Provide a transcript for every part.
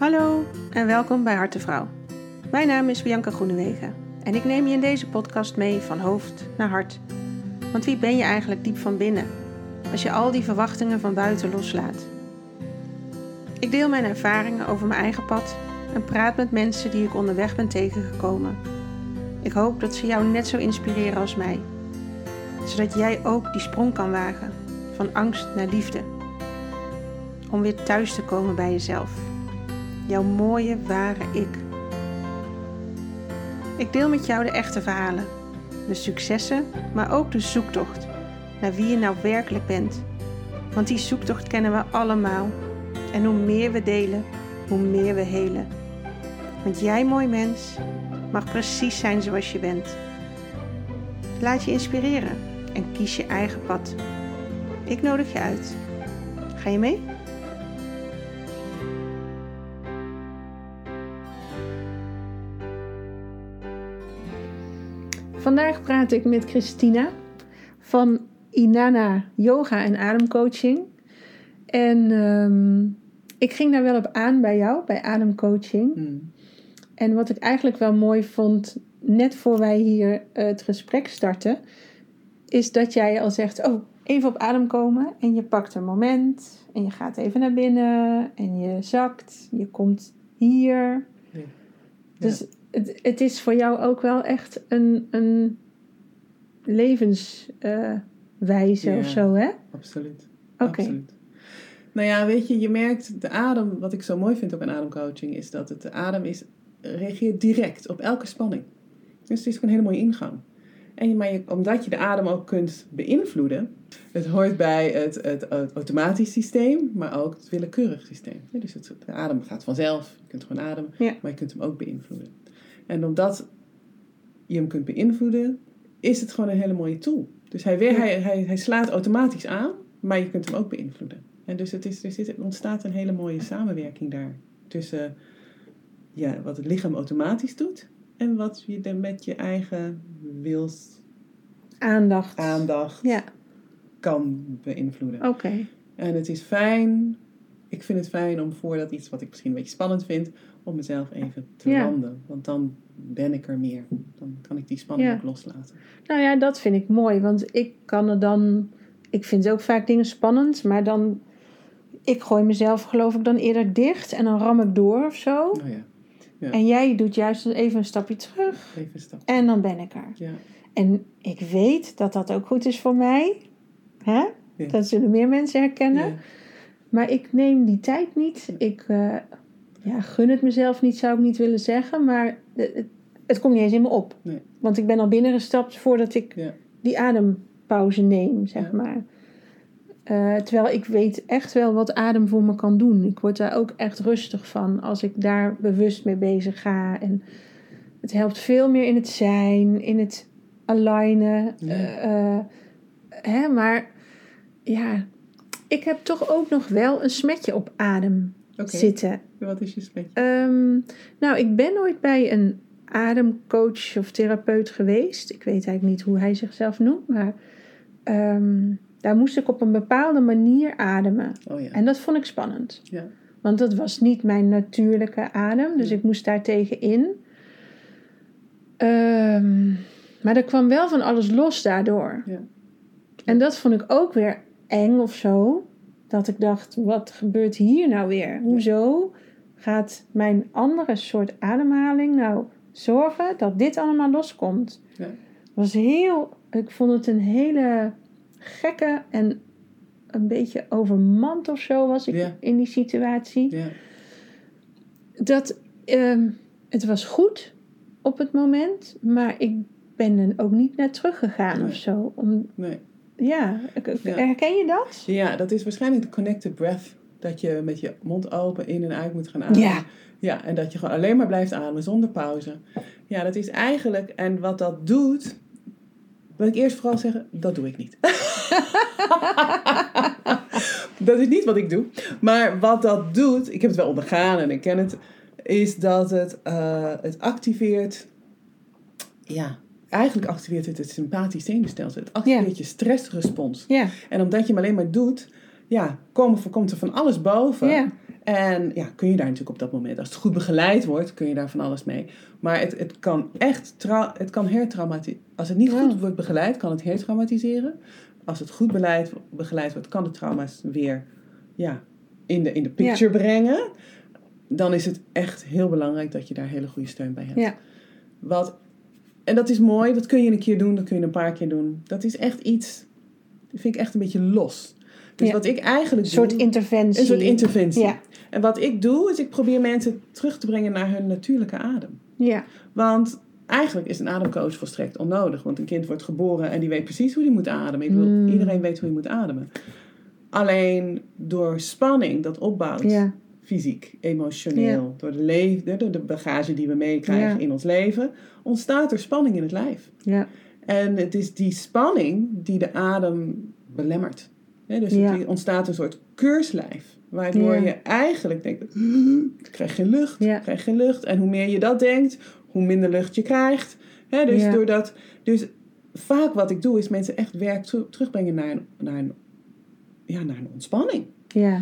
Hallo en welkom bij Hartevrouw. Mijn naam is Bianca Groenewegen en ik neem je in deze podcast mee van hoofd naar hart. Want wie ben je eigenlijk diep van binnen, als je al die verwachtingen van buiten loslaat? Ik deel mijn ervaringen over mijn eigen pad en praat met mensen die ik onderweg ben tegengekomen. Ik hoop dat ze jou net zo inspireren als mij, zodat jij ook die sprong kan wagen van angst naar liefde. Om weer thuis te komen bij jezelf. Jouw mooie, ware ik. Ik deel met jou de echte verhalen. De successen, maar ook de zoektocht naar wie je nou werkelijk bent. Want die zoektocht kennen we allemaal. En hoe meer we delen, hoe meer we helen. Want jij, mooi mens, mag precies zijn zoals je bent. Laat je inspireren en kies je eigen pad. Ik nodig je uit. Ga je mee? Vandaag praat ik met Christina van Inanna Yoga en Ademcoaching. En ik ging daar wel op aan bij jou, bij ademcoaching. En wat ik eigenlijk wel mooi vond, net voor wij hier het gesprek starten, is dat jij al zegt, even op adem komen. En je pakt een moment en je gaat even naar binnen en je zakt, je komt hier. Ja. Dus het is voor jou ook wel echt een levenswijze of zo, hè? Absoluut. Okay. Absoluut. Nou ja, weet je merkt de adem, wat ik zo mooi vind ook aan ademcoaching, is dat de adem reageert direct op elke spanning. Dus het is gewoon een hele mooie ingang. Omdat je de adem ook kunt beïnvloeden, het hoort bij het automatisch systeem, maar ook het willekeurig systeem. Ja, dus de adem gaat vanzelf, je kunt gewoon ademen, maar je kunt hem ook beïnvloeden. En omdat je hem kunt beïnvloeden, is het gewoon een hele mooie tool. Dus hij slaat automatisch aan, maar je kunt hem ook beïnvloeden. En dus er ontstaat een hele mooie samenwerking daar tussen wat het lichaam automatisch doet en wat je er met je eigen wils aandacht kan beïnvloeden. Okay. En het is fijn, ik vind het fijn om voordat iets wat ik misschien een beetje spannend vind, om mezelf even te landen. Want dan ben ik er meer. Dan kan ik die spanning ook loslaten. Nou ja, dat vind ik mooi. Want ik vind ook vaak dingen spannend, maar dan, ik gooi mezelf geloof ik dan eerder dicht en dan ram ik door of zo. Oh ja. Ja. En jij doet juist even een stapje terug. Even een stapje. En dan ben ik er. Ja. En ik weet dat dat ook goed is voor mij. Hè? Ja. Dat zullen meer mensen herkennen. Ja. Maar ik neem die tijd niet. Ik gun het mezelf niet, zou ik niet willen zeggen. Maar het komt niet eens in me op. Nee. Want ik ben al binnengestapt voordat ik die adempauze neem, zeg maar. Terwijl ik weet echt wel wat adem voor me kan doen. Ik word daar ook echt rustig van als ik daar bewust mee bezig ga. En het helpt veel meer in het zijn, in het alignen. Maar ja, ik heb toch ook nog wel een smetje op adem zitten. Wat is je smetje? Ik ben ooit bij een ademcoach of therapeut geweest. Ik weet eigenlijk niet hoe hij zichzelf noemt, maar daar moest ik op een bepaalde manier ademen. Oh ja. En dat vond ik spannend. Ja. Want dat was niet mijn natuurlijke adem, dus ik moest daar tegenin. Maar er kwam wel van alles los daardoor. Ja. En dat vond ik ook weer eng of zo. Dat ik dacht, wat gebeurt hier nou weer? Hoezo gaat mijn andere soort ademhaling nou zorgen dat dit allemaal loskomt? Ja. Ik vond het een hele gekke en een beetje overmand of zo was ik in die situatie. Ja. Het was goed op het moment, maar ik ben er ook niet naar teruggegaan of zo. Herken je dat? Ja, dat is waarschijnlijk de connected breath. Dat je met je mond open in en uit moet gaan ademen. Ja, en dat je gewoon alleen maar blijft ademen zonder pauze. Ja, dat is eigenlijk, en wat dat doet, wil ik eerst vooral zeggen, dat doe ik niet. Dat is niet wat ik doe. Maar wat dat doet, ik heb het wel ondergaan en ik ken het, is dat het activeert, eigenlijk activeert het sympathisch zenuwstelsel. Het activeert je stressrespons. En omdat je hem alleen maar doet, komt er van alles boven. En ja, kun je daar natuurlijk op dat moment, als het goed begeleid wordt, kun je daar van alles mee. Maar het kan echt, het kan hertraumatiseren. Als het niet goed wordt begeleid, kan het hertraumatiseren. Als het goed begeleid wordt, kan de trauma's weer in de picture brengen. Dan is het echt heel belangrijk dat je daar hele goede steun bij hebt. Ja. En dat is mooi, dat kun je een keer doen, dat kun je een paar keer doen. Dat is echt iets, dat vind ik echt een beetje los. Dus wat ik eigenlijk doe... Een soort interventie. Ja. En wat ik doe, is ik probeer mensen terug te brengen naar hun natuurlijke adem. Ja. Want eigenlijk is een ademcoach volstrekt onnodig. Want een kind wordt geboren en die weet precies hoe die moet ademen. Ik bedoel, iedereen weet hoe je moet ademen. Alleen door spanning dat opbouwt, fysiek, emotioneel, door de bagage die we meekrijgen in ons leven, ontstaat er spanning in het lijf. Ja. En het is die spanning die de adem belemmert. Dus er ontstaat een soort keurslijf. Waardoor je eigenlijk denkt, ik krijg geen lucht. En hoe meer je dat denkt, hoe minder lucht je krijgt. Dus vaak wat ik doe, is mensen echt werk terugbrengen naar een ontspanning. Ja.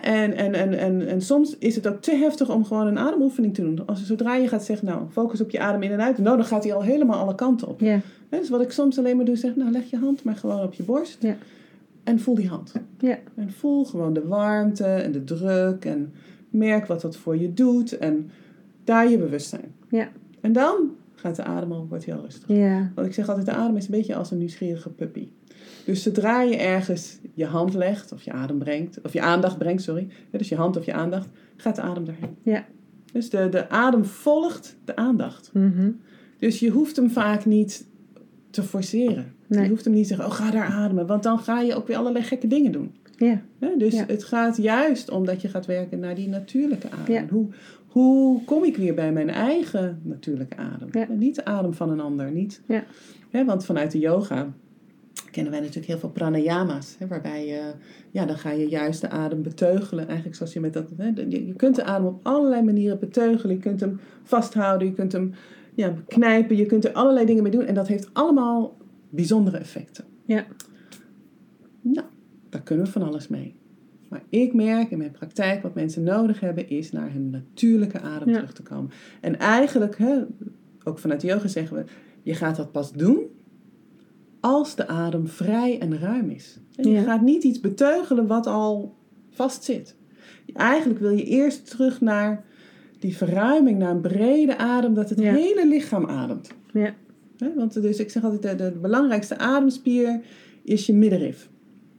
En soms is het ook te heftig om gewoon een ademoefening te doen. Zodra je gaat zeggen, focus op je adem in en uit. Dan gaat hij al helemaal alle kanten op. Ja. Dus wat ik soms alleen maar doe, zeg, leg je hand maar gewoon op je borst. Ja. En voel die hand. Ja. En voel gewoon de warmte en de druk. En merk wat dat voor je doet. En daar je bewustzijn. Ja. En dan gaat de adem al, wordt heel rustig. Ja. Want ik zeg altijd, de adem is een beetje als een nieuwsgierige puppy. Dus zodra je ergens je hand legt, of je aandacht brengt, dus je hand of je aandacht, gaat de adem daarheen. Ja. Dus de adem volgt de aandacht. Mm-hmm. Dus je hoeft hem vaak niet te forceren. Nee. Je hoeft hem niet te zeggen, ga daar ademen. Want dan ga je ook weer allerlei gekke dingen doen. Ja. Dus het gaat juist om dat je gaat werken naar die natuurlijke adem. Ja. Hoe kom ik weer bij mijn eigen natuurlijke adem? Ja. Niet de adem van een ander. Niet. Ja. Want vanuit de yoga kennen wij natuurlijk heel veel pranayama's. Waarbij dan ga je juist de adem beteugelen. Eigenlijk zoals je met dat... Je kunt de adem op allerlei manieren beteugelen. Je kunt hem vasthouden. Je kunt hem knijpen. Je kunt er allerlei dingen mee doen. En dat heeft allemaal bijzondere effecten. Ja. Nou, daar kunnen we van alles mee. Maar ik merk in mijn praktijk wat mensen nodig hebben is naar hun natuurlijke adem terug te komen. En eigenlijk, ook vanuit de yoga zeggen we, je gaat dat pas doen als de adem vrij en ruim is. En je gaat niet iets beteugelen wat al vast zit. Eigenlijk wil je eerst terug naar die verruiming, naar een brede adem, dat het hele lichaam ademt. Ja. Want dus ik zeg altijd, de belangrijkste ademspier is je middenrif.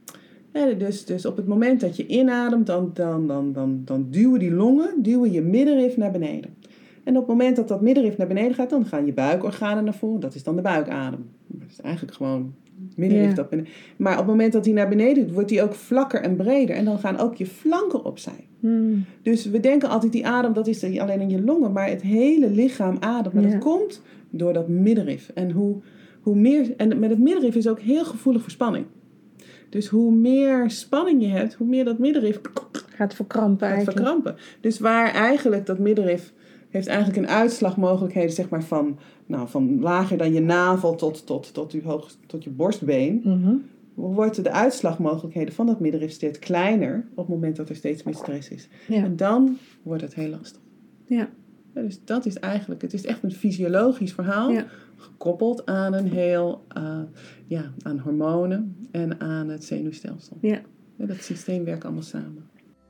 Dus op het moment dat je inademt, dan duwen die longen, je middenrif naar beneden. En op het moment dat dat middenrif naar beneden gaat, dan gaan je buikorganen naar voren. Dat is dan de buikadem. Dat is eigenlijk gewoon middenrif dat beneden. Maar op het moment dat die naar beneden doet, wordt die ook vlakker en breder. En dan gaan ook je flanken opzij. Dus we denken altijd, die adem, dat is alleen in je longen. Maar het hele lichaam ademt. Maar dat komt door dat middenrif. En hoe meer... En met het middenrif is ook heel gevoelig voor spanning. Dus hoe meer spanning je hebt, hoe meer dat middenrif gaat verkrampen. Dus waar eigenlijk dat middenrif heeft eigenlijk een uitslagmogelijkheden, zeg maar van lager dan je navel tot je borstbeen. Mm-hmm. Wordt de uitslagmogelijkheden van dat middenrif steeds kleiner op het moment dat er steeds meer stress is. Ja. En dan wordt het heel lastig. Ja. Dus dat is eigenlijk, het is echt een fysiologisch verhaal. Ja. Gekoppeld aan een heel, aan hormonen en aan het zenuwstelsel. Ja. Dat systeem werkt allemaal samen.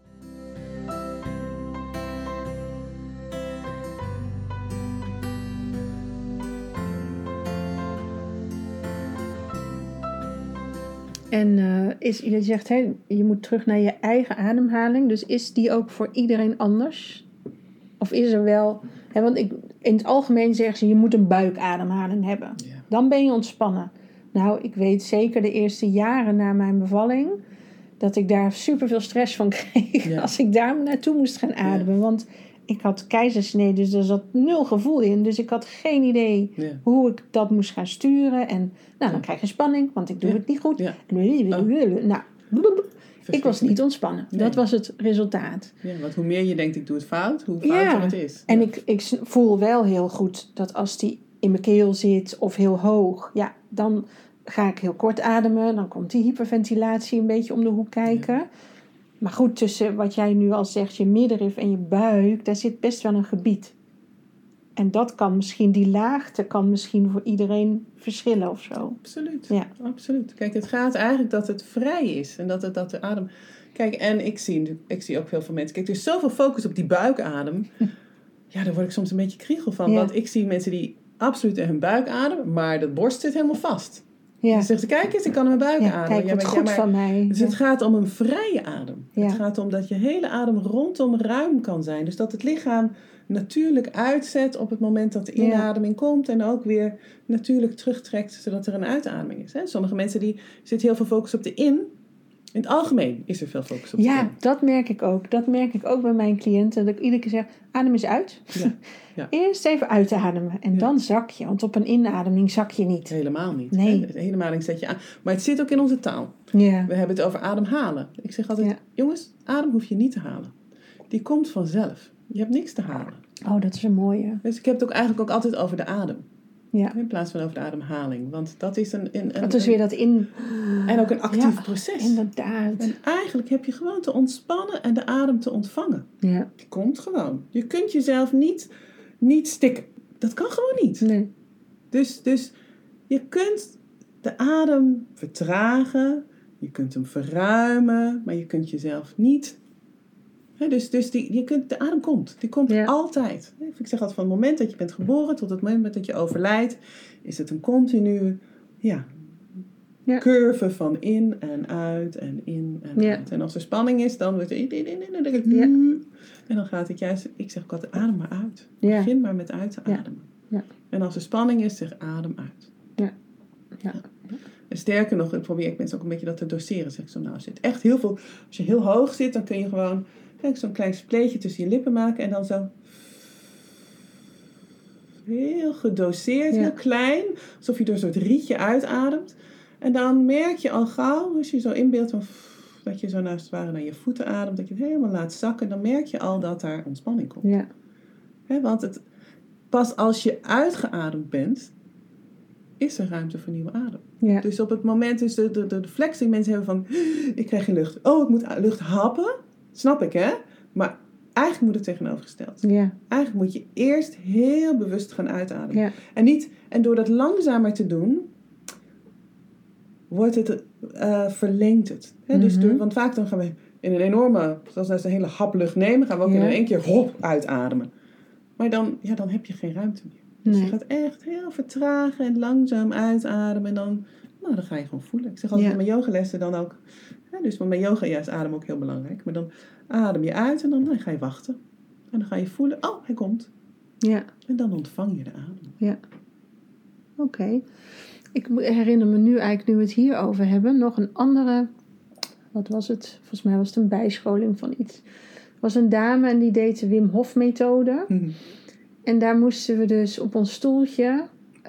En je zegt, je moet terug naar je eigen ademhaling. Dus is die ook voor iedereen anders? Of is er wel... want in het algemeen zeggen ze, je moet een buikademhaling hebben. Ja. Dan ben je ontspannen. Nou, ik weet zeker de eerste jaren na mijn bevalling, dat ik daar superveel stress van kreeg. Ja. Als ik daar naartoe moest gaan ademen. Ja. Want ik had keizersnee, dus er zat 0 gevoel in. Dus ik had geen idee hoe ik dat moest gaan sturen. En dan krijg je spanning, want ik doe het niet goed. Ja. Nou, ik was niet ontspannen. Nee. Dat was het resultaat. Ja, want hoe meer je denkt, ik doe het fout, hoe fouter het is. En ik voel wel heel goed dat als die in mijn keel zit of heel hoog, dan ga ik heel kort ademen. Dan komt die hyperventilatie een beetje om de hoek kijken. Ja. Maar goed, tussen wat jij nu al zegt, je middenrif en je buik, daar zit best wel een gebied. En dat kan misschien, die laagte kan misschien voor iedereen verschillen of zo. Absoluut, Ja. absoluut. Kijk, het gaat eigenlijk dat het vrij is. En dat de adem... Kijk, en ik zie ook heel veel mensen... Kijk, er is zoveel focus op die buikadem. Ja, daar word ik soms een beetje kriegel van. Ja. Want ik zie mensen die absoluut in hun buik ademen, maar de borst zit helemaal vast. Ja. Dan zegt ze, kijk eens, ik kan in mijn buik ademen. Kijk, wat goed van mij. Dus het gaat om een vrije adem. Ja. Het gaat om dat je hele adem rondom ruim kan zijn. Dus dat het lichaam natuurlijk uitzet op het moment dat de inademing komt. En ook weer natuurlijk terugtrekt, zodat er een uitademing is. Hè? Sommige mensen die zitten heel veel focus op de in. In het algemeen is er veel focus op de in. Ja, dat merk ik ook. Dat merk ik ook bij mijn cliënten. Dat ik iedere keer zeg, adem eens uit. Ja. Ja. Eerst even uitademen. En dan zak je. Want op een inademing zak je niet. Helemaal niet. Nee. Hè? De inademing zet je aan. Maar het zit ook in onze taal. Ja. We hebben het over ademhalen. Ik zeg altijd, jongens, adem hoef je niet te halen. Die komt vanzelf. Je hebt niks te halen. Oh, dat is een mooie. Dus ik heb het ook eigenlijk ook altijd over de adem. Ja. In plaats van over de ademhaling. Want dat is Dat is weer dat in... En ook een actief proces. Inderdaad. En eigenlijk heb je gewoon te ontspannen en de adem te ontvangen. Ja. Die komt gewoon. Je kunt jezelf niet stikken. Dat kan gewoon niet. Nee. Dus je kunt de adem vertragen. Je kunt hem verruimen. Maar je kunt jezelf niet... de adem komt. Die komt altijd. Ik zeg altijd van het moment dat je bent geboren tot het moment dat je overlijdt, is het een continue curve van in en uit en in en uit. En als er spanning is, dan wordt het... En dan gaat het juist... Ik zeg ook altijd, adem maar uit. Begin maar met uit te ademen. Ja. En als er spanning is, zeg adem uit. Ja. En sterker nog, ik probeer mensen ook een beetje dat te doseren. Zeg ik zo, nou, als het echt heel veel... Als je heel hoog zit, dan kun je gewoon... Kijk, zo'n klein spleetje tussen je lippen maken en dan zo... Heel gedoseerd, heel klein. Alsof je door een soort rietje uitademt. En dan merk je al gauw, als je zo inbeeldt van... Dat je zo naast het ware naar je voeten ademt. Dat je het helemaal laat zakken. Dan merk je al dat daar ontspanning komt. Ja. Want pas als je uitgeademd bent... is er ruimte voor nieuwe adem. Ja. Dus op het moment... Dus de flex die mensen hebben van... Ik krijg geen lucht. Oh, ik moet lucht happen. Snap ik, hè? Maar eigenlijk moet het tegenovergesteld. Ja. Eigenlijk moet je eerst heel bewust gaan uitademen. Ja. En door dat langzamer te doen... wordt het... verlengt het. Hè? Dus want vaak dan gaan we in een enorme... Zoals als een hele hap lucht nemen... gaan we ook in één keer hop uitademen. Maar dan heb je geen ruimte meer. Dus je gaat echt heel vertragen en langzaam uitademen. En dan ga je gewoon voelen. Ik zeg altijd met mijn yogalessen dan ook. Dus met mijn yoga is adem ook heel belangrijk. Maar dan adem je uit en dan ga je wachten. En dan ga je voelen, oh, hij komt. Ja. En dan ontvang je de adem. Ja. Oké. Ik herinner me nu eigenlijk, nu we het hier over hebben, nog een andere... Wat was het? Volgens mij was het een bijscholing van iets. Er was een dame en die deed de Wim Hof methode. Mm-hmm. En daar moesten we dus op ons stoeltje...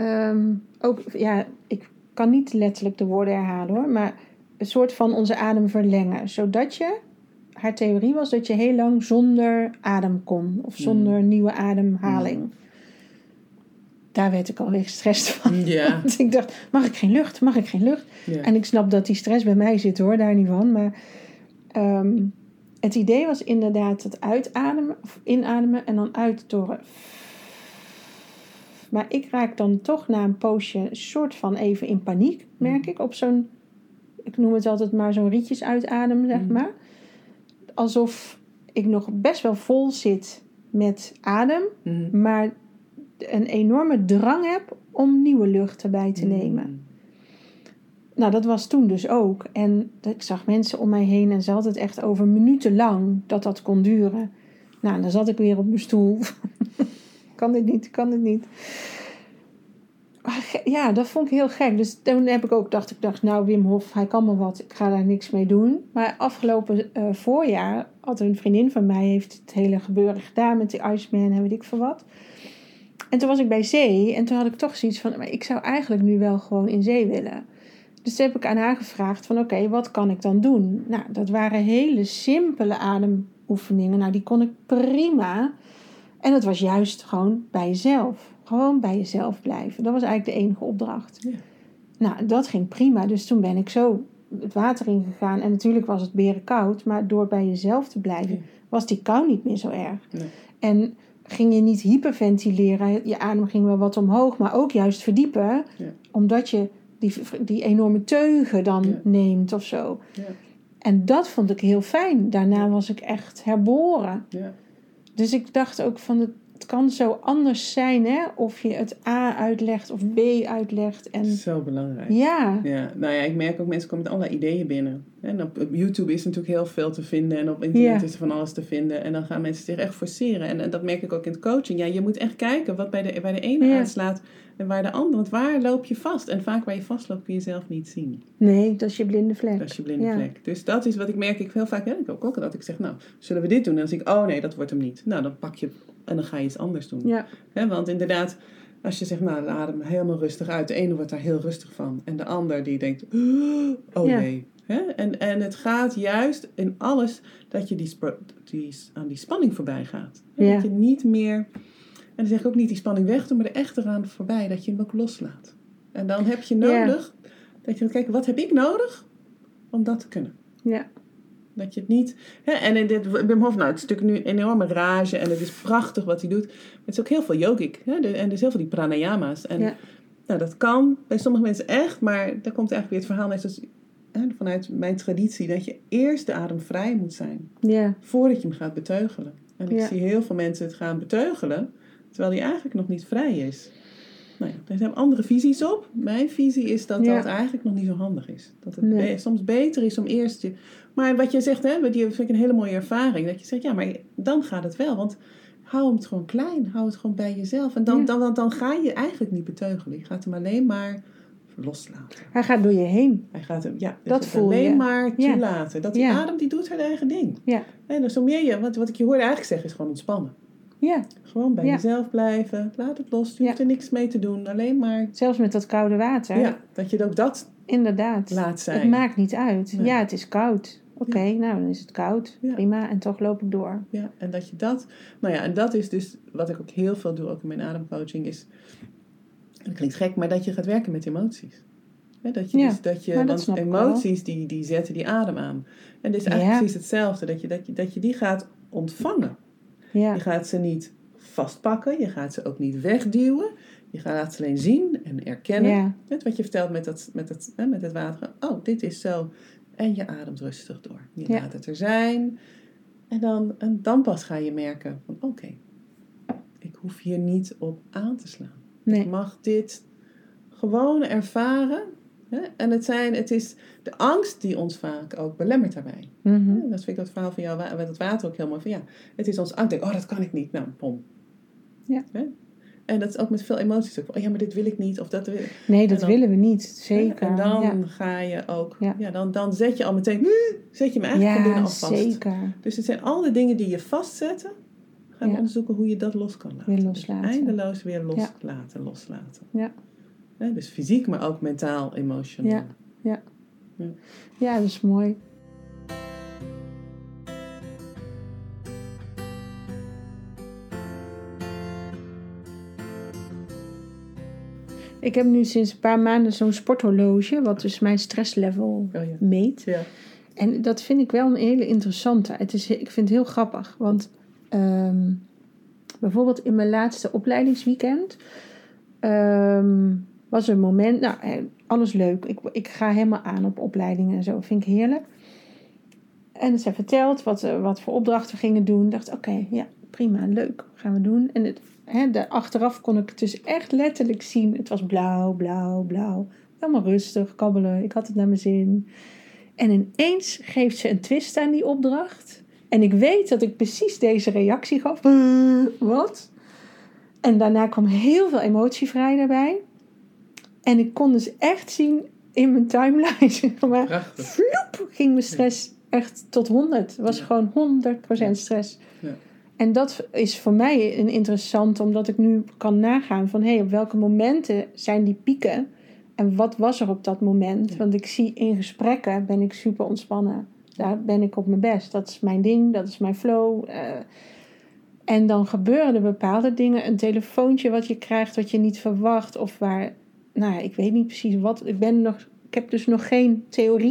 ik kan niet letterlijk de woorden herhalen hoor. Maar een soort van onze adem verlengen. Zodat je... Haar theorie was dat je heel lang zonder adem kon. Of zonder nieuwe ademhaling. Daar werd ik alweer gestrest van. Ja. Want ik dacht, mag ik geen lucht? Mag ik geen lucht? Ja. En ik snap dat die stress bij mij zit hoor, daar niet van. Maar het idee was inderdaad het uitademen, of inademen en dan uit door... Maar ik raak dan toch na een poosje een soort van even in paniek, merk ik. Op zo'n, ik noem het altijd maar zo'n rietjes uitademen, zeg maar. Alsof ik nog best wel vol zit met adem, maar een enorme drang heb om nieuwe lucht erbij te nemen. Nou, dat was toen dus ook. En ik zag mensen om mij heen en ze had het echt over minutenlang dat kon duren. Nou, dan zat ik weer op mijn stoel. Kan dit niet. Ja, dat vond ik heel gek. Dus toen heb ik ook dacht, nou Wim Hof, hij kan me wat. Ik ga daar niks mee doen. Maar afgelopen voorjaar had een vriendin van mij heeft het hele gebeuren gedaan met die Iceman en weet ik veel wat. En toen was ik bij zee en toen had ik toch zoiets van, maar ik zou eigenlijk nu wel gewoon in zee willen. Dus toen heb ik aan haar gevraagd van oké, wat kan ik dan doen? Nou, dat waren hele simpele ademoefeningen. Nou, die kon ik prima. En het was juist gewoon bij jezelf. Gewoon bij jezelf blijven. Dat was eigenlijk de enige opdracht. Ja. Nou, dat ging prima. Dus toen ben ik zo het water ingegaan. En natuurlijk was het berenkoud. Maar door bij jezelf te blijven, was die kou niet meer zo erg. Nee. En ging je niet hyperventileren. Je adem ging wel wat omhoog, maar ook juist verdiepen. Ja. Omdat je die enorme teugen dan neemt of zo. Ja. En dat vond ik heel fijn. Daarna was ik echt herboren. Ja. Dus ik dacht ook van, het kan zo anders zijn, hè? Of je het A uitlegt of B uitlegt. En Zo belangrijk. ja. Ja. Nou ja, ik merk ook, mensen komen met allerlei ideeën binnen. En op YouTube is natuurlijk heel veel te vinden. En op internet is er van alles te vinden. En dan gaan mensen zich echt forceren. En dat merk ik ook in het coaching. Ja, je moet echt kijken wat bij de ene aanslaat en waar de andere. Want waar loop je vast? En vaak waar je vastloopt kun je zelf niet zien. Nee, dat is je blinde vlek. Dat is je blinde vlek. Dus dat is wat ik merk. Ik heel vaak, ik ook dat ik zeg, nou, zullen we dit doen? En dan zie ik, oh nee, dat wordt hem niet. Nou, dan pak je en dan ga je iets anders doen. Ja. Want inderdaad, als je zegt, nou, adem helemaal rustig uit. De ene wordt daar heel rustig van. En de ander die denkt, oh nee. En het gaat juist in alles dat je aan die spanning voorbij gaat. Ja. Dat je niet meer, en dan zeg ik ook niet die spanning weg doen, maar er echt eraan voorbij. Dat je hem ook loslaat. En dan heb je nodig dat je gaat kijken, wat heb ik nodig om dat te kunnen? Ja. Dat je het niet... En in dit Wim Hof, nou, het is natuurlijk nu een enorme rage en het is prachtig wat hij doet. Maar het is ook heel veel yogic. En er is heel veel die pranayama's. En nou, dat kan bij sommige mensen echt, maar daar komt eigenlijk weer het verhaal net zoals vanuit mijn traditie, dat je eerst de adem vrij moet zijn. Ja. Voordat je hem gaat beteugelen. En ik zie heel veel mensen het gaan beteugelen, terwijl die eigenlijk nog niet vrij is. Nou ja, er zijn andere visies op. Mijn visie is dat dat eigenlijk nog niet zo handig is. Dat het soms beter is om eerst je... Maar wat je zegt, dat vind ik een hele mooie ervaring. Dat je zegt, ja, maar dan gaat het wel. Want hou het gewoon klein. Hou het gewoon bij jezelf. En dan ga je eigenlijk niet beteugelen. Je gaat hem alleen maar loslaten. Hij gaat door je heen. Hij gaat hem, dat voel alleen je. maar toelaten. Dat die adem, die doet haar eigen ding. Ja. En dus hoe meer je... Wat ik je hoorde eigenlijk zeggen, is gewoon ontspannen. Ja. Gewoon bij jezelf blijven. Laat het los. Je hoeft er niks mee te doen. Alleen maar... Zelfs met dat koude water. Ja, dat je ook dat laat zijn. Het maakt niet uit. Nee. Ja, het is koud. Oké, nou dan is het koud. Ja. Prima. En toch loop ik door. Ja, en dat je dat... Nou ja, en dat is dus wat ik ook heel veel doe, ook in mijn ademcoaching, is... Dat klinkt gek, maar dat je gaat werken met emoties. Dat je want emoties die zetten die adem aan. En dit is eigenlijk precies hetzelfde. Dat je die gaat ontvangen. Ja. Je gaat ze niet vastpakken. Je gaat ze ook niet wegduwen. Je laat ze alleen zien en erkennen. Ja. Net wat je vertelt met het water. Oh, dit is zo. En je ademt rustig door. Je laat het er zijn. En dan pas ga je merken van oké, ik hoef hier niet op aan te slaan. Nee. Ik mag dit gewoon ervaren. En het is de angst die ons vaak ook belemmert daarbij. Mm-hmm. Dat vind ik dat verhaal van jou met het water ook heel mooi. Van, het is ons angst. Oh, dat kan ik niet. Nou, pom. Ja. En dat is ook met veel emoties. Ook, oh ja, maar dit wil ik niet. Of dat wil... Nee, dat willen we niet. Zeker. En dan ga je ook... Dan zet je al meteen... Zet je me eigenlijk van binnen al vast. Zeker. Dus het zijn alle dingen die je vastzetten. Gaan we onderzoeken hoe je dat los kan laten. Weer loslaten. Dus eindeloos weer loslaten. Ja. Dus fysiek, maar ook mentaal, emotioneel. Ja, dat is mooi. Ik heb nu sinds een paar maanden zo'n sporthorloge, wat dus mijn stresslevel meet. Ja. En dat vind ik wel een hele interessante. Ik vind het heel grappig, want bijvoorbeeld in mijn laatste opleidingsweekend was er een moment, nou, alles leuk. Ik ga helemaal aan op opleidingen en zo, vind ik heerlijk. En ze vertelt wat voor opdrachten we gingen doen. Ik dacht, oké, prima, leuk, gaan we doen. En achteraf kon ik het dus echt letterlijk zien. Het was blauw, blauw, blauw. Helemaal rustig, kabbelen. Ik had het naar mijn zin. En ineens geeft ze een twist aan die opdracht. En ik weet dat ik precies deze reactie gaf. Wat? En daarna kwam heel veel emotie vrij daarbij. En ik kon dus echt zien in mijn timeline. Maar vloep, ging mijn stress echt tot 100. Het was gewoon 100% stress. Ja. En dat is voor mij een interessant, omdat ik nu kan nagaan van op welke momenten zijn die pieken en wat was er op dat moment. Ja. Want ik zie in gesprekken ben ik super ontspannen. Daar ben ik op mijn best. Dat is mijn ding, dat is mijn flow. En dan gebeuren er bepaalde dingen. Een telefoontje wat je krijgt wat je niet verwacht of waar, ik weet niet precies wat. Ik heb dus nog geen theorie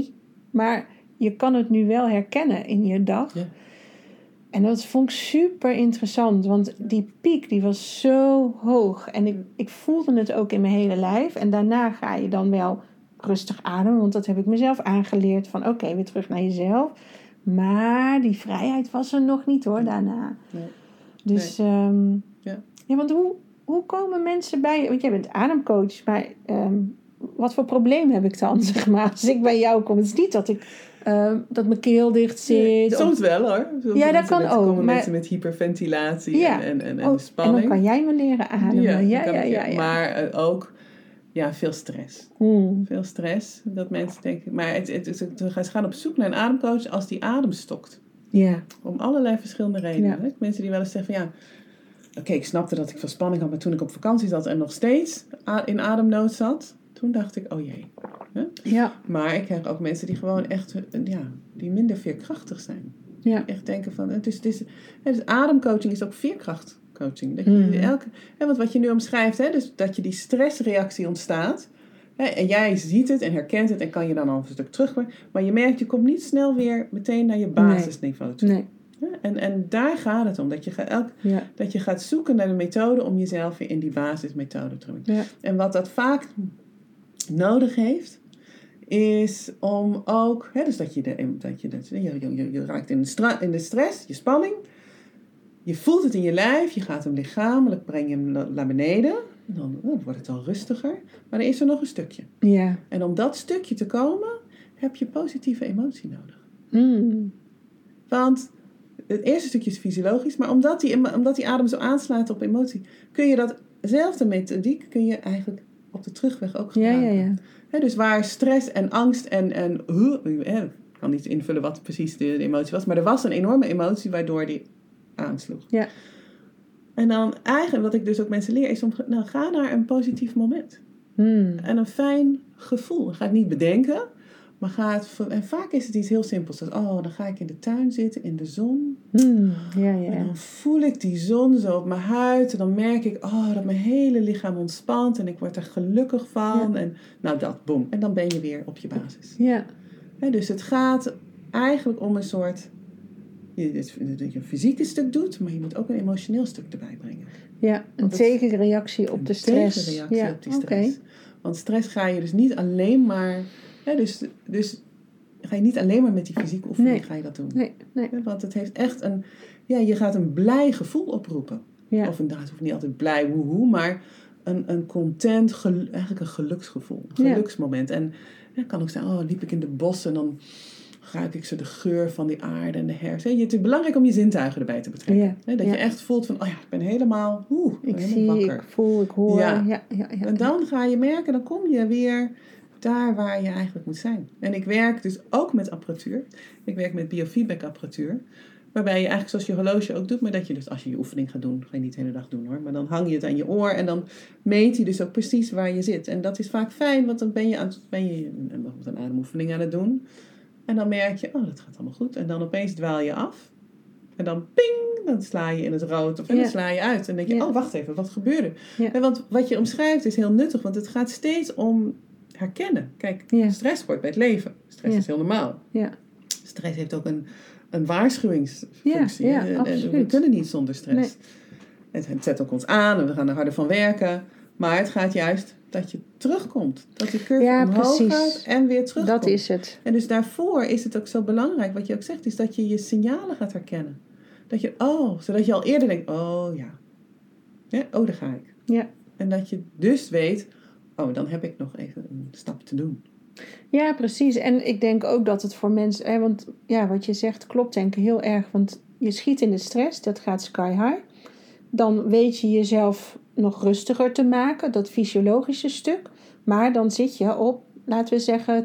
Maar je kan het nu wel herkennen in je dag. Ja. En dat vond ik super interessant. Want die piek die was zo hoog. En ik voelde het ook in mijn hele lijf. En daarna ga je dan wel rustig ademen. Want dat heb ik mezelf aangeleerd. Van oké, weer terug naar jezelf. Maar die vrijheid was er nog niet hoor, daarna. Nee. Dus ja, want hoe komen mensen bij je? Want jij bent ademcoach, maar wat voor probleem heb ik dan, zeg maar? Als ik bij jou kom, het is niet dat mijn keel dicht zit. Nee, soms wel hoor. Ja, dat kan ook. Komen mensen met hyperventilatie en spanning. En dan kan jij me leren ademen. Ja. Maar ook veel stress. Veel stress. Dat mensen denken... Maar ze gaan op zoek naar een ademcoach als die adem stokt. Ja. Om allerlei verschillende redenen. Ja. Mensen die wel eens zeggen van oké, ik snapte dat ik veel spanning had, maar toen ik op vakantie zat en nog steeds in ademnood zat, toen dacht ik, oh jee. Ja. Maar ik heb ook mensen die gewoon echt, die minder veerkrachtig zijn. Ja. Die echt denken van, dus ademcoaching is ook veerkrachtcoaching. Dat je want wat je nu omschrijft, dus dat je die stressreactie ontstaat, en jij ziet het en herkent het en kan je dan al een stuk terug. Maar je merkt, je komt niet snel weer meteen naar je basisniveau toe. Nee. En daar gaat het om. Dat je gaat zoeken naar de methode om jezelf weer in die basismethode te brengen. Ja. En wat dat vaak nodig heeft, is om ook... dus je raakt in de stress, je spanning. Je voelt het in je lijf. Je gaat hem lichamelijk, breng je hem naar beneden. Dan wordt het al rustiger. Maar dan is er nog een stukje. Ja. En om dat stukje te komen, heb je positieve emotie nodig. Want het eerste stukje is fysiologisch, maar omdat die adem zo aanslaat op emotie, kun je datzelfde methodiek eigenlijk op de terugweg ook gebruiken. Ja. Dus waar stress en angst ik kan niet invullen wat precies de emotie was, maar er was een enorme emotie waardoor die aansloeg. Ja. En dan eigenlijk, wat ik dus ook mensen leer, is ga naar een positief moment. En een fijn gevoel. Ga het niet bedenken, maar en vaak is het iets heel simpels. Dan ga ik in de tuin zitten, in de zon. En dan voel ik die zon zo op mijn huid. En dan merk ik dat mijn hele lichaam ontspant. En ik word er gelukkig van. Ja. En boem. En dan ben je weer op je basis. Ja. Dus het gaat eigenlijk om een soort... dat je een fysieke stuk doet, maar je moet ook een emotioneel stuk erbij brengen. Ja, een tegenreactie op de stress. Een tegenreactie op die stress. Okay. Want stress ga je dus niet alleen maar... Dus ga je niet alleen maar met die fysieke oefening ga je dat doen. Nee. Want het heeft echt een... je gaat een blij gevoel oproepen. Ja. Of inderdaad, het hoeft niet altijd blij, woehoe, maar een content, eigenlijk een geluksgevoel. Een geluksmoment. En het kan ook zijn, liep ik in de bossen en dan ruik ik zo de geur van die aarde en de herfst. Het is belangrijk om je zintuigen erbij te betrekken. Ja. Dat je echt voelt van, ik ben helemaal, ik helemaal zie, wakker. Ik voel, ik hoor. Ja. En dan ga je merken, dan kom je weer daar waar je eigenlijk moet zijn. En ik werk dus ook met apparatuur. Ik werk met biofeedback apparatuur. Waarbij je eigenlijk zoals je horloge ook doet. Maar dat je dus als je oefening gaat doen. Ga je niet de hele dag doen hoor. Maar dan hang je het aan je oor. En dan meet hij dus ook precies waar je zit. En dat is vaak fijn. Want dan ben je een ademoefening aan het doen. En dan merk je, dat gaat allemaal goed. En dan opeens dwaal je af. En dan ping, dan sla je in het rood. Of dan sla je uit. En dan denk je, wacht even, wat gebeurde? Ja. En want wat je omschrijft is heel nuttig. Want het gaat steeds om herkennen. Kijk, stress hoort bij het leven. Stress is heel normaal. Ja. Stress heeft ook een waarschuwingsfunctie. We kunnen niet zonder stress. Nee. Het zet ook ons aan en we gaan er harder van werken. Maar het gaat juist dat je terugkomt. Dat die curve omhoog gaat en weer terugkomt. Dat is het. En dus daarvoor is het ook zo belangrijk, wat je ook zegt, is dat je je signalen gaat herkennen. Dat je, zodat je al eerder denkt, daar ga ik. Ja. En dat je dus weet, dan heb ik nog even een stap te doen. Ja, precies. En ik denk ook dat het voor mensen... want wat je zegt klopt denk ik heel erg. Want je schiet in de stress, dat gaat sky high. Dan weet je jezelf nog rustiger te maken, dat fysiologische stuk. Maar dan zit je op, laten we zeggen,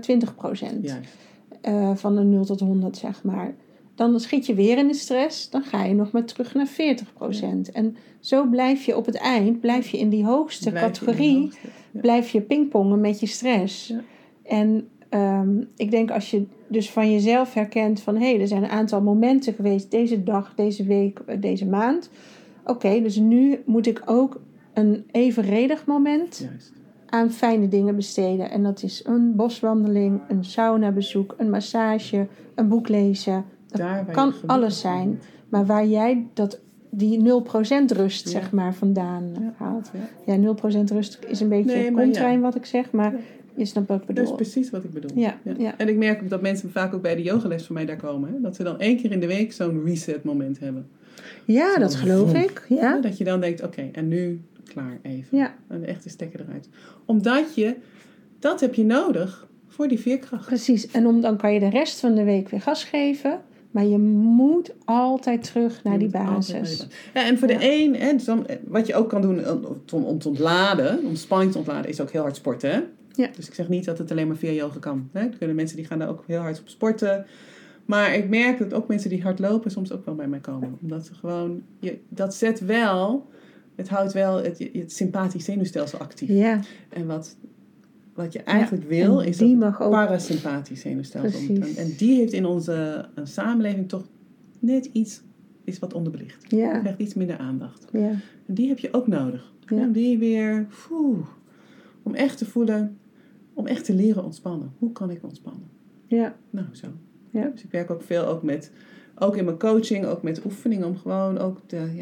20%. Van de 0 tot 100, zeg maar. Dan schiet je weer in de stress, dan ga je nog maar terug naar 40%. Ja. En zo blijf je op het eind, in die hoogste categorie, blijf je pingpongen met je stress. Ja. En ik denk als je dus van jezelf herkent van, er zijn een aantal momenten geweest, deze dag, deze week, deze maand. Oké, dus nu moet ik ook een evenredig moment aan fijne dingen besteden. En dat is een boswandeling, een saunabezoek, een massage, een boek lezen. Dat kan alles zijn. Maar waar jij die 0% rust zeg maar vandaan haalt. Ja, 0% rust is een beetje contra in wat ik zeg, maar je snapt wat ik bedoel. Dat is precies wat ik bedoel. Ja. En ik merk ook dat mensen vaak ook bij de yogales van mij daar komen. Hè? Dat ze dan 1 keer in de week zo'n reset moment hebben. Ja, dat geloof ik. Ja. Dat je dan denkt, oké, en nu klaar even. Ja. En de echte stekker eruit. Omdat dat heb je nodig voor die veerkracht. Precies. En dan kan je de rest van de week weer gas geven. Maar je moet altijd terug naar die basis. Ja, en voor de een, hè, wat je ook kan doen om te ontladen, om spanning te ontladen, is ook heel hard sporten. Hè? Ja. Dus ik zeg niet dat het alleen maar via yoga kan. Hè? Er kunnen mensen die gaan daar ook heel hard op sporten. Maar ik merk dat ook mensen die hard lopen soms ook wel bij mij komen. Omdat ze gewoon, dat zet wel, het houdt wel het sympathisch zenuwstelsel actief. Ja. En wat je eigenlijk wil, is dat parasympathisch zenuwstelsel. En die heeft in onze samenleving toch net iets is wat onderbelicht. Ja. Krijgt iets minder aandacht. Ja. En die heb je ook nodig. Ja. Om die weer, om echt te voelen, om echt te leren ontspannen. Hoe kan ik ontspannen? Ja. Nou, zo. Ja. Dus ik werk ook veel ook in mijn coaching, ook met oefeningen om gewoon ook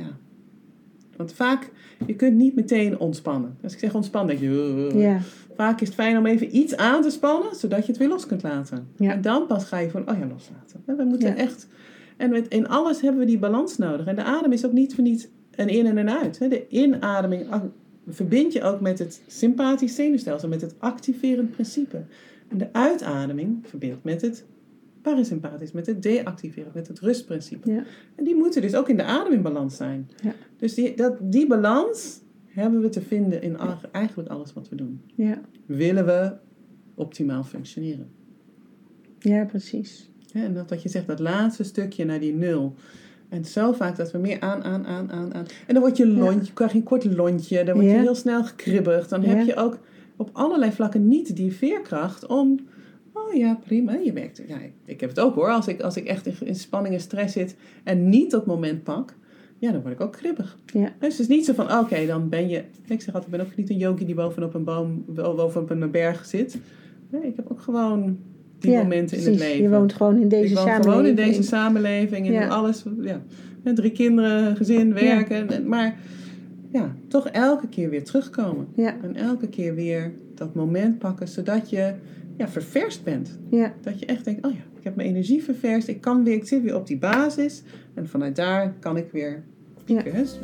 want vaak, je kunt niet meteen ontspannen. Als ik zeg ontspannen, denk je... Vaak is het fijn om even iets aan te spannen, zodat je het weer los kunt laten. Ja. En dan pas ga je van, loslaten. We moeten echt... En in alles hebben we die balans nodig. En de adem is ook niet voor niets een in en een uit. De inademing verbind je ook met het sympathisch zenuwstelsel, met het activerend principe. En de uitademing verbindt met het parasympathisch, met het deactiverend, met het rustprincipe. Ja. En die moeten dus ook in de adem in balans zijn. Ja. Dus die balans hebben we te vinden in eigenlijk alles wat we doen. Ja. Willen we optimaal functioneren. Ja, precies. Ja, en wat je zegt, dat laatste stukje naar die 0. En zo vaak dat we meer aan. En dan word krijg je een kort lontje, dan word je heel snel gekribbig. Dan heb je ook op allerlei vlakken niet die veerkracht om... Oh ja, prima. Je merkt, ik heb het ook hoor. Als ik echt in spanning en stress zit en niet dat moment pak, dan word ik ook kribbig. Ja. Dus het is niet zo van, oké, dan ben je... Ik zeg altijd, ik ben ook niet een yogi die bovenop een boom, bovenop een berg zit. Nee, ik heb ook gewoon die momenten in het leven. Je woont gewoon in deze samenleving. Ik woon gewoon in deze samenleving en doe alles. Ja. 3 kinderen, gezin, werken. Ja. Maar toch elke keer weer terugkomen. Ja. En elke keer weer dat moment pakken, zodat je... ververst bent. Ja. Dat je echt denkt, ik heb mijn energie ververst. Ik zit weer op die basis. En vanuit daar kan ik weer pieken. Ja.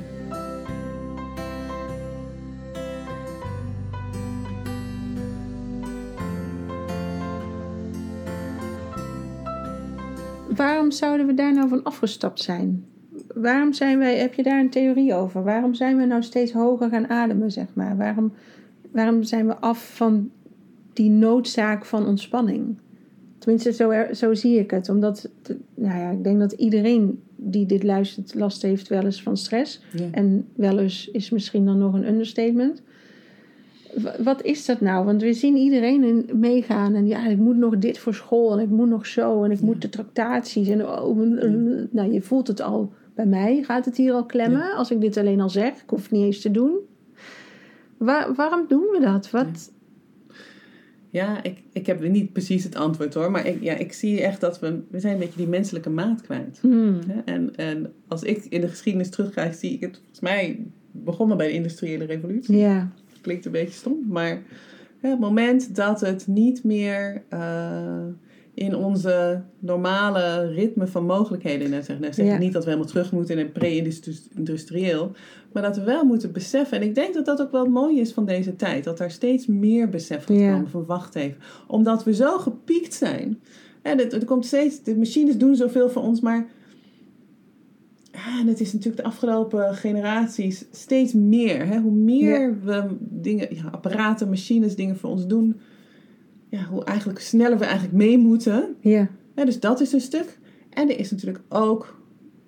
Waarom zouden we daar nou van afgestapt zijn? Heb je daar een theorie over? Waarom zijn we nou steeds hoger gaan ademen, zeg maar? Waarom zijn we af van die noodzaak van ontspanning? Tenminste, zo zie ik het. Omdat, ik denk dat iedereen die dit luistert last heeft wel eens van stress. Ja. En wel eens is misschien dan nog een understatement. Wat is dat nou? Want we zien iedereen meegaan. En ik moet nog dit voor school. En ik moet nog zo. En ik moet de tractaties. En je voelt het al bij mij. Gaat het hier al klemmen? Ja. Als ik dit alleen al zeg. Ik hoef het niet eens te doen. Waarom doen we dat? Wat... Ja, ik heb niet precies het antwoord hoor. Maar ik zie echt dat we zijn een beetje die menselijke maat kwijt. En als ik in de geschiedenis terugkijk, zie ik het volgens mij begonnen bij de industriële revolutie. Ja. Klinkt een beetje stom, maar het moment dat het niet meer in onze normale ritme van mogelijkheden, zeg ik niet dat we helemaal terug moeten in een pre-industrieel, maar dat we wel moeten beseffen, en ik denk dat dat ook wel het mooie is van deze tijd, dat daar steeds meer besef gaat komen van wacht even, omdat we zo gepiekt zijn. En er komt steeds, de machines doen zoveel voor ons, maar en het is natuurlijk de afgelopen generaties steeds meer. Hè? Hoe meer we dingen, apparaten, machines, dingen voor ons doen, hoe eigenlijk sneller we eigenlijk mee moeten. Ja, dus dat is een stuk. En er is natuurlijk ook,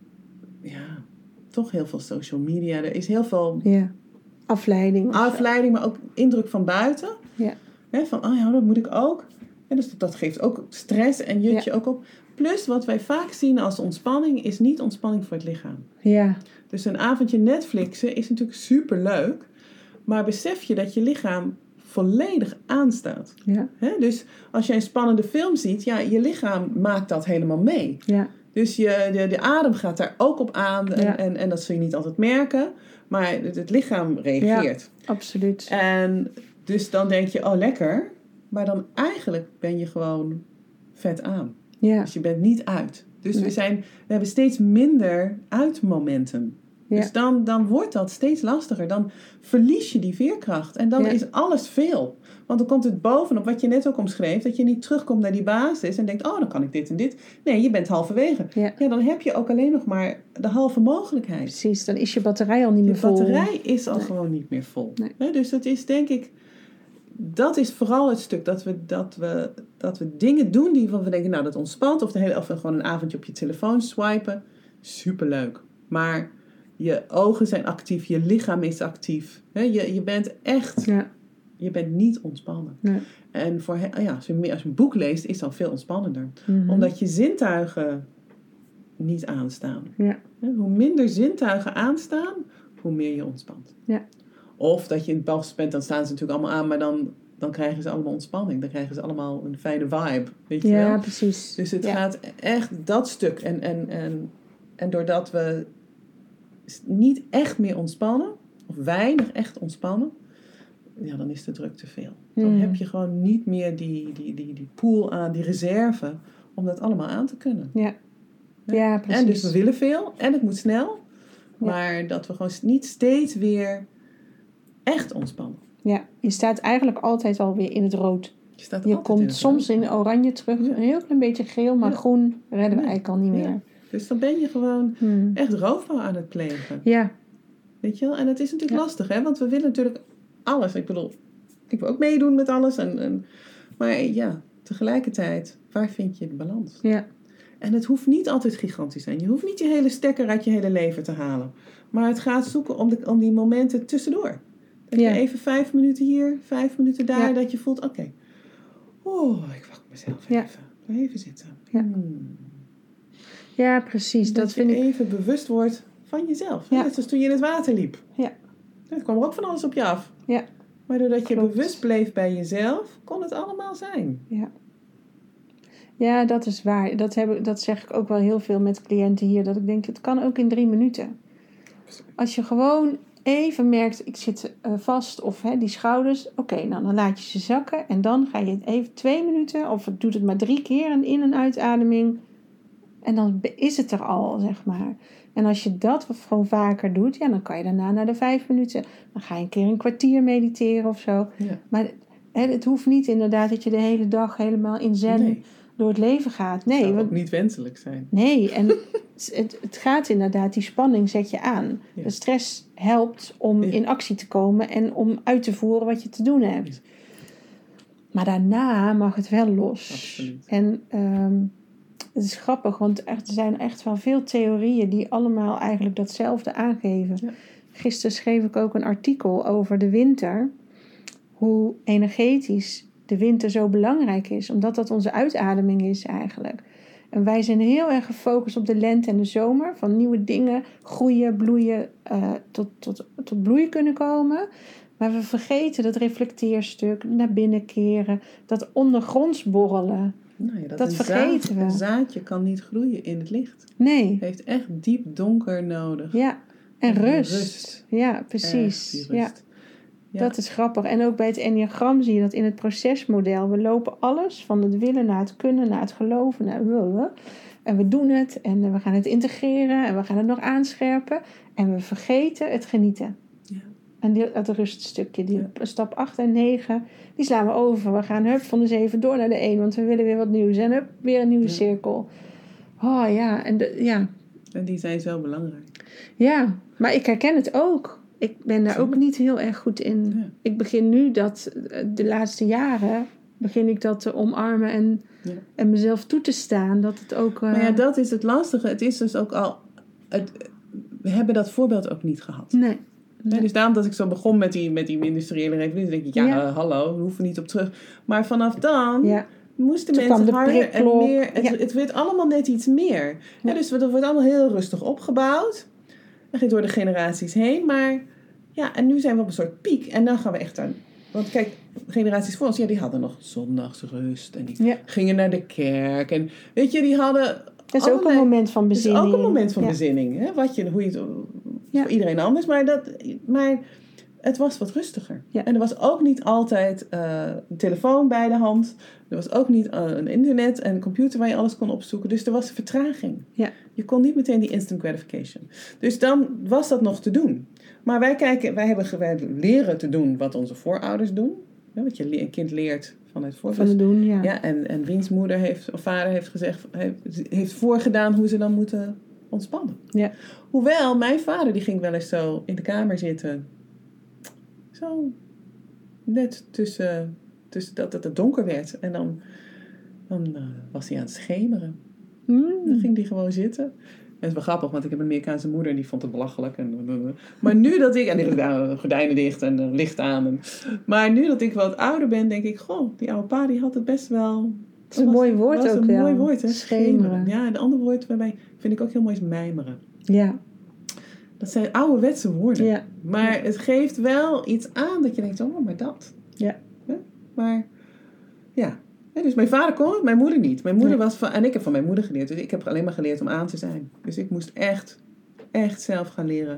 toch heel veel social media. Er is heel veel afleiding, maar ook indruk van buiten. Ja. Hè? Van, dat moet ik ook. En dus dat geeft ook stress en jut je ook op. Plus wat wij vaak zien als ontspanning is niet ontspanning voor het lichaam. Ja. Dus een avondje Netflixen is natuurlijk superleuk. Maar besef je dat je lichaam volledig aanstaat. Ja. Dus als je een spannende film ziet, ja, je lichaam maakt dat helemaal mee. Ja. Dus de adem gaat daar ook op aan. Ja. En dat zul je niet altijd merken. Maar het lichaam reageert. Ja, absoluut. En dus dan denk je, oh lekker. Maar dan eigenlijk ben je gewoon vet aan. Ja. Dus je bent niet uit. Dus Nee. we hebben steeds minder uitmomenten. Ja. Dus dan wordt dat steeds lastiger. Dan verlies je die veerkracht. En dan is alles veel. Want dan komt het bovenop wat je net ook omschreef. Dat je niet terugkomt naar die basis. En denkt, oh dan kan ik dit en dit. Nee, je bent halverwege. Ja. Ja, dan heb je ook alleen nog maar de halve mogelijkheid. Precies, dan is je batterij al niet De meer vol. batterij is al gewoon niet meer vol. Nee. Dus dat is denk ik... Dat is vooral het stuk dat we dingen doen die we denken, nou dat ontspant. Of gewoon een avondje op je telefoon swipen. Superleuk. Maar je ogen zijn actief, je lichaam is actief. Je bent echt, je bent niet ontspannen. Nee. En als je een boek leest, is dat veel ontspannender. Mm-hmm. Omdat je zintuigen niet aanstaan. Ja. Hoe minder zintuigen aanstaan, hoe meer je ontspant. Ja. Of dat je in het bos bent, dan staan ze natuurlijk allemaal aan, maar dan krijgen ze allemaal ontspanning. Dan krijgen ze allemaal een fijne vibe, weet je wel? Ja, precies. Dus het gaat echt dat stuk. En doordat we niet echt meer ontspannen, of weinig echt ontspannen, ja, dan is de druk te veel. Dan heb je gewoon niet meer die pool aan, die reserve, om dat allemaal aan te kunnen. Ja, ja precies. En dus we willen veel, en het moet snel, maar dat we gewoon niet steeds weer echt ontspannen. Ja, je staat eigenlijk altijd alweer in het rood. Je komt soms in oranje terug, een heel klein beetje geel, maar groen redden we eigenlijk al niet meer. Dus dan ben je gewoon echt roofbouw aan het plegen. Ja. Weet je wel? En het is natuurlijk lastig, hè? Want we willen natuurlijk alles. Ik bedoel, ik wil ook meedoen met alles. Maar ja, tegelijkertijd, waar vind je de balans? Ja. En het hoeft niet altijd gigantisch te zijn. Je hoeft niet je hele stekker uit je hele leven te halen. Maar het gaat zoeken om die momenten tussendoor. Dat je even 5 minuten hier, 5 minuten daar, dat je voelt, oké. Ik wacht mezelf even zitten. Ja, ja precies. Dat vind je ik even bewust wordt van jezelf. Ja. Net zoals toen je in het water liep. Ja. Er kwam er ook van alles op je af. Ja. Maar doordat je Klopt. bewust bleef bij jezelf, kon het allemaal zijn. Ja. Ja, dat is waar. Dat zeg ik ook wel heel veel met cliënten hier. Dat ik denk, het kan ook in 3 minuten. Als je gewoon even merkt, ik zit vast of die schouders. Oké, nou dan laat je ze zakken. En dan ga je even 2 minuten of doet het maar 3 keer een in- en uitademing. En dan is het er al, zeg maar. En als je dat gewoon vaker doet, ja, dan kan je daarna naar de 5 minuten. Dan ga je een keer een kwartier mediteren of zo. Ja. Maar het hoeft niet inderdaad dat je de hele dag helemaal in zen door het leven gaat. Nee, dat zou ook niet wenselijk zijn. Nee, en het gaat inderdaad, die spanning zet je aan. Ja. De stress helpt om in actie te komen en om uit te voeren wat je te doen hebt. Ja. Maar daarna mag het wel los. Absoluut. En het is grappig, want er zijn echt wel veel theorieën die allemaal eigenlijk datzelfde aangeven. Ja. Gisteren schreef ik ook een artikel over de winter. Hoe energetisch de winter zo belangrijk is. Omdat dat onze uitademing is eigenlijk. En wij zijn heel erg gefocust op de lente en de zomer. Van nieuwe dingen groeien, bloeien, tot bloei kunnen komen. Maar we vergeten dat reflecteerstuk, naar binnen keren. Dat ondergronds borrelen. Nou ja, dat vergeten we. Een zaadje kan niet groeien in het licht. Nee. Het heeft echt diep donker nodig. Ja, en rust. Ja, precies. Echt die rust. Ja. Dat is grappig. En ook bij het enneagram zie je dat in het procesmodel. We lopen alles van het willen naar het kunnen, naar het geloven. En we doen het en we gaan het integreren en we gaan het nog aanscherpen. En we vergeten het genieten. Ja. En dat ruststukje, stap 8 en 9, die slaan we over. We gaan van de 7 door naar de 1, want we willen weer wat nieuws. En weer een nieuwe cirkel. Oh ja, En die zijn zo belangrijk. Ja, maar ik herken het ook. Ik ben daar ook niet heel erg goed in. Ja. Ik begin nu de laatste jaren, begin ik dat te omarmen en mezelf toe te staan. Dat het ook... Maar ja, dat is het lastige. Het is dus ook al... we hebben dat voorbeeld ook niet gehad. Nee. Dus daarom dat ik zo begon met die industriële revolutie. Dan denk ik, hallo, we hoeven niet op terug. Maar vanaf dan... moesten mensen harder en meer... Het werd allemaal net iets meer. Ja, dus het wordt allemaal heel rustig opgebouwd. Dat gaat door de generaties heen. Maar ja, en nu zijn we op een soort piek. En dan gaan we echt aan... Want kijk, generaties voor ons, die hadden nog zondagsrust. En die gingen naar de kerk. En weet je, die hadden... Dat is ook een moment van bezinning. Dat is ook een moment van bezinning. Hè? Hoe je het... Voor iedereen anders. Maar het was wat rustiger. Ja. En er was ook niet altijd een telefoon bij de hand. Er was ook niet een internet en een computer waar je alles kon opzoeken. Dus er was vertraging. Ja. Je kon niet meteen die instant gratification. Dus dan was dat nog te doen. Maar wij leren te doen wat onze voorouders doen. Ja, wat je een kind leert vanuit voorouders. Van doen, ja. Ja, en wiens moeder of vader heeft gezegd, heeft voorgedaan hoe ze dan moeten ontspannen. Ja. Hoewel, mijn vader die ging wel eens zo in de kamer zitten. Zo net tussen dat het donker werd. En dan was hij aan het schemeren. Dan ging hij gewoon zitten. En het is wel grappig, want ik heb een Amerikaanse moeder en die vond het belachelijk. Maar nu dat ik... En die had gordijnen dicht en licht aan. Maar nu dat ik wat ouder ben, denk ik... Goh, die oude pa die had het best wel... Het is een mooi woord ook, een mooi woord, hè? Schemeren. Ja, een ander woord waarbij vind ik ook heel mooi is mijmeren. Ja. Dat zijn ouderwetse woorden. Ja. Maar het geeft wel iets aan dat je denkt, oh, maar dat. Ja. Maar, ja. Dus mijn vader kon het, mijn moeder niet. Mijn moeder was van... En ik heb van mijn moeder geleerd. Dus ik heb alleen maar geleerd om aan te zijn. Dus ik moest echt zelf gaan leren.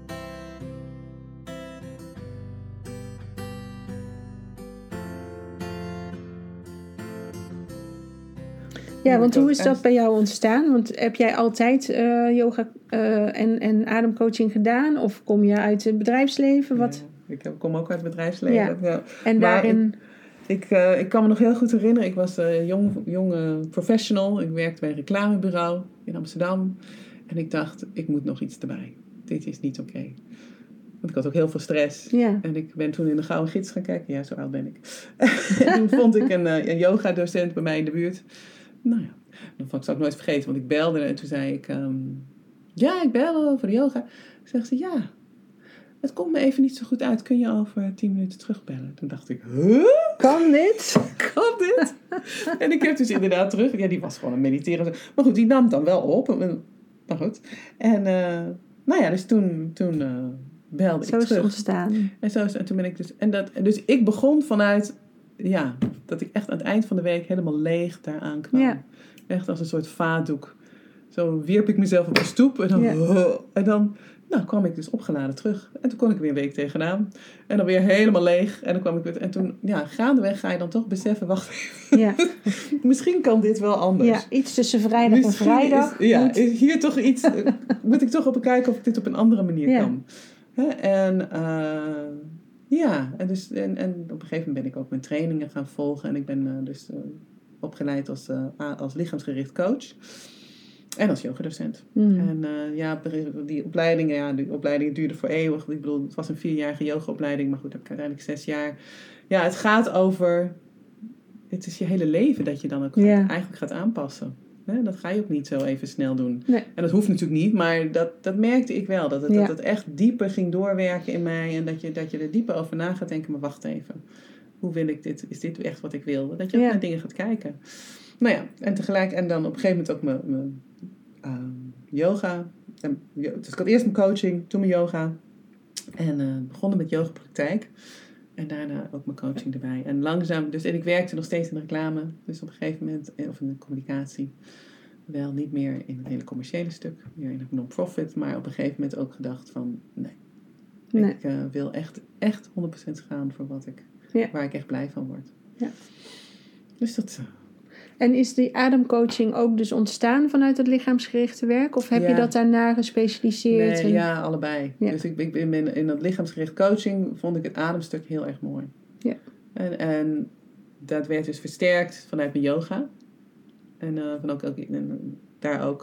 Ja, want hoe is dat bij jou ontstaan? Want heb jij altijd yoga en ademcoaching gedaan? Of kom je uit het bedrijfsleven? Wat? Ja, ik kom ook uit het bedrijfsleven. Ja. En daarin... Ik kan me nog heel goed herinneren. Ik was een jonge professional. Ik werkte bij een reclamebureau in Amsterdam. En ik dacht, ik moet nog iets erbij. Dit is niet oké. Want ik had ook heel veel stress. Ja. En ik ben toen in de Gouden Gids gaan kijken. Ja, zo oud ben ik. En toen vond ik een yoga-docent bij mij in de buurt. Nou ja, dat zou ik nooit vergeten. Want ik belde en toen zei ik... ik bel voor de yoga. Zegt ze, ja... Het komt me even niet zo goed uit. Kun je over 10 minuten terugbellen? Toen dacht ik, Kan dit? Kan dit? En ik heb dus inderdaad terug... Ja, die was gewoon aan het mediteren. Maar goed, die nam het dan wel op. Maar goed. En dus toen belde ik terug. Zo is het ontstaan. En toen ben ik dus... Dus ik begon vanuit... Ja, dat ik echt aan het eind van de week helemaal leeg daaraan kwam. Ja. Echt als een soort vaatdoek. Zo wierp ik mezelf op de stoep. En dan kwam ik dus opgeladen terug. En toen kon ik weer een week tegenaan. En dan weer helemaal leeg. En dan kwam ik weer... En toen, gaandeweg ga je dan toch beseffen... Wacht even. Ja. Misschien kan dit wel anders. Ja, iets tussen vrijdag en vrijdag. Is hier toch iets... moet ik toch op kijken of ik dit op een andere manier kan. En op een gegeven moment ben ik ook mijn trainingen gaan volgen. En ik ben opgeleid als lichaamsgericht coach. En als yogadocent. En die opleidingen duurden voor eeuwig. Ik bedoel, het was een 4-jarige yogaopleiding. Maar goed, heb ik uiteindelijk 6 jaar. Ja, het gaat over... Het is je hele leven dat je dan ook eigenlijk gaat aanpassen. Dat ga je ook niet zo even snel doen. Nee. En dat hoeft natuurlijk niet, maar dat merkte ik wel. Dat het echt dieper ging doorwerken in mij. En dat je er dieper over na gaat denken. Maar wacht even. Hoe wil ik dit? Is dit echt wat ik wil? Dat je ook naar dingen gaat kijken. Nou ja, en tegelijk... En dan op een gegeven moment ook mijn yoga. Dus ik had eerst mijn coaching, toen mijn yoga. En begonnen met yogapraktijk. En daarna ook mijn coaching erbij. En langzaam, en ik werkte nog steeds in de reclame. Dus op een gegeven moment, of in de communicatie. Wel niet meer in het hele commerciële stuk. Meer in het non-profit. Maar op een gegeven moment ook gedacht van, nee. Ik wil echt 100% gaan voor waar ik echt blij van word. Ja. Dus dat... En is die ademcoaching ook dus ontstaan vanuit het lichaamsgerichte werk? Of heb je dat daarna gespecialiseerd? Nee, ja, allebei. Ja. Dus ik ben in dat lichaamsgericht coaching vond ik het ademstuk heel erg mooi. Ja. En dat werd dus versterkt vanuit mijn yoga. En daar ook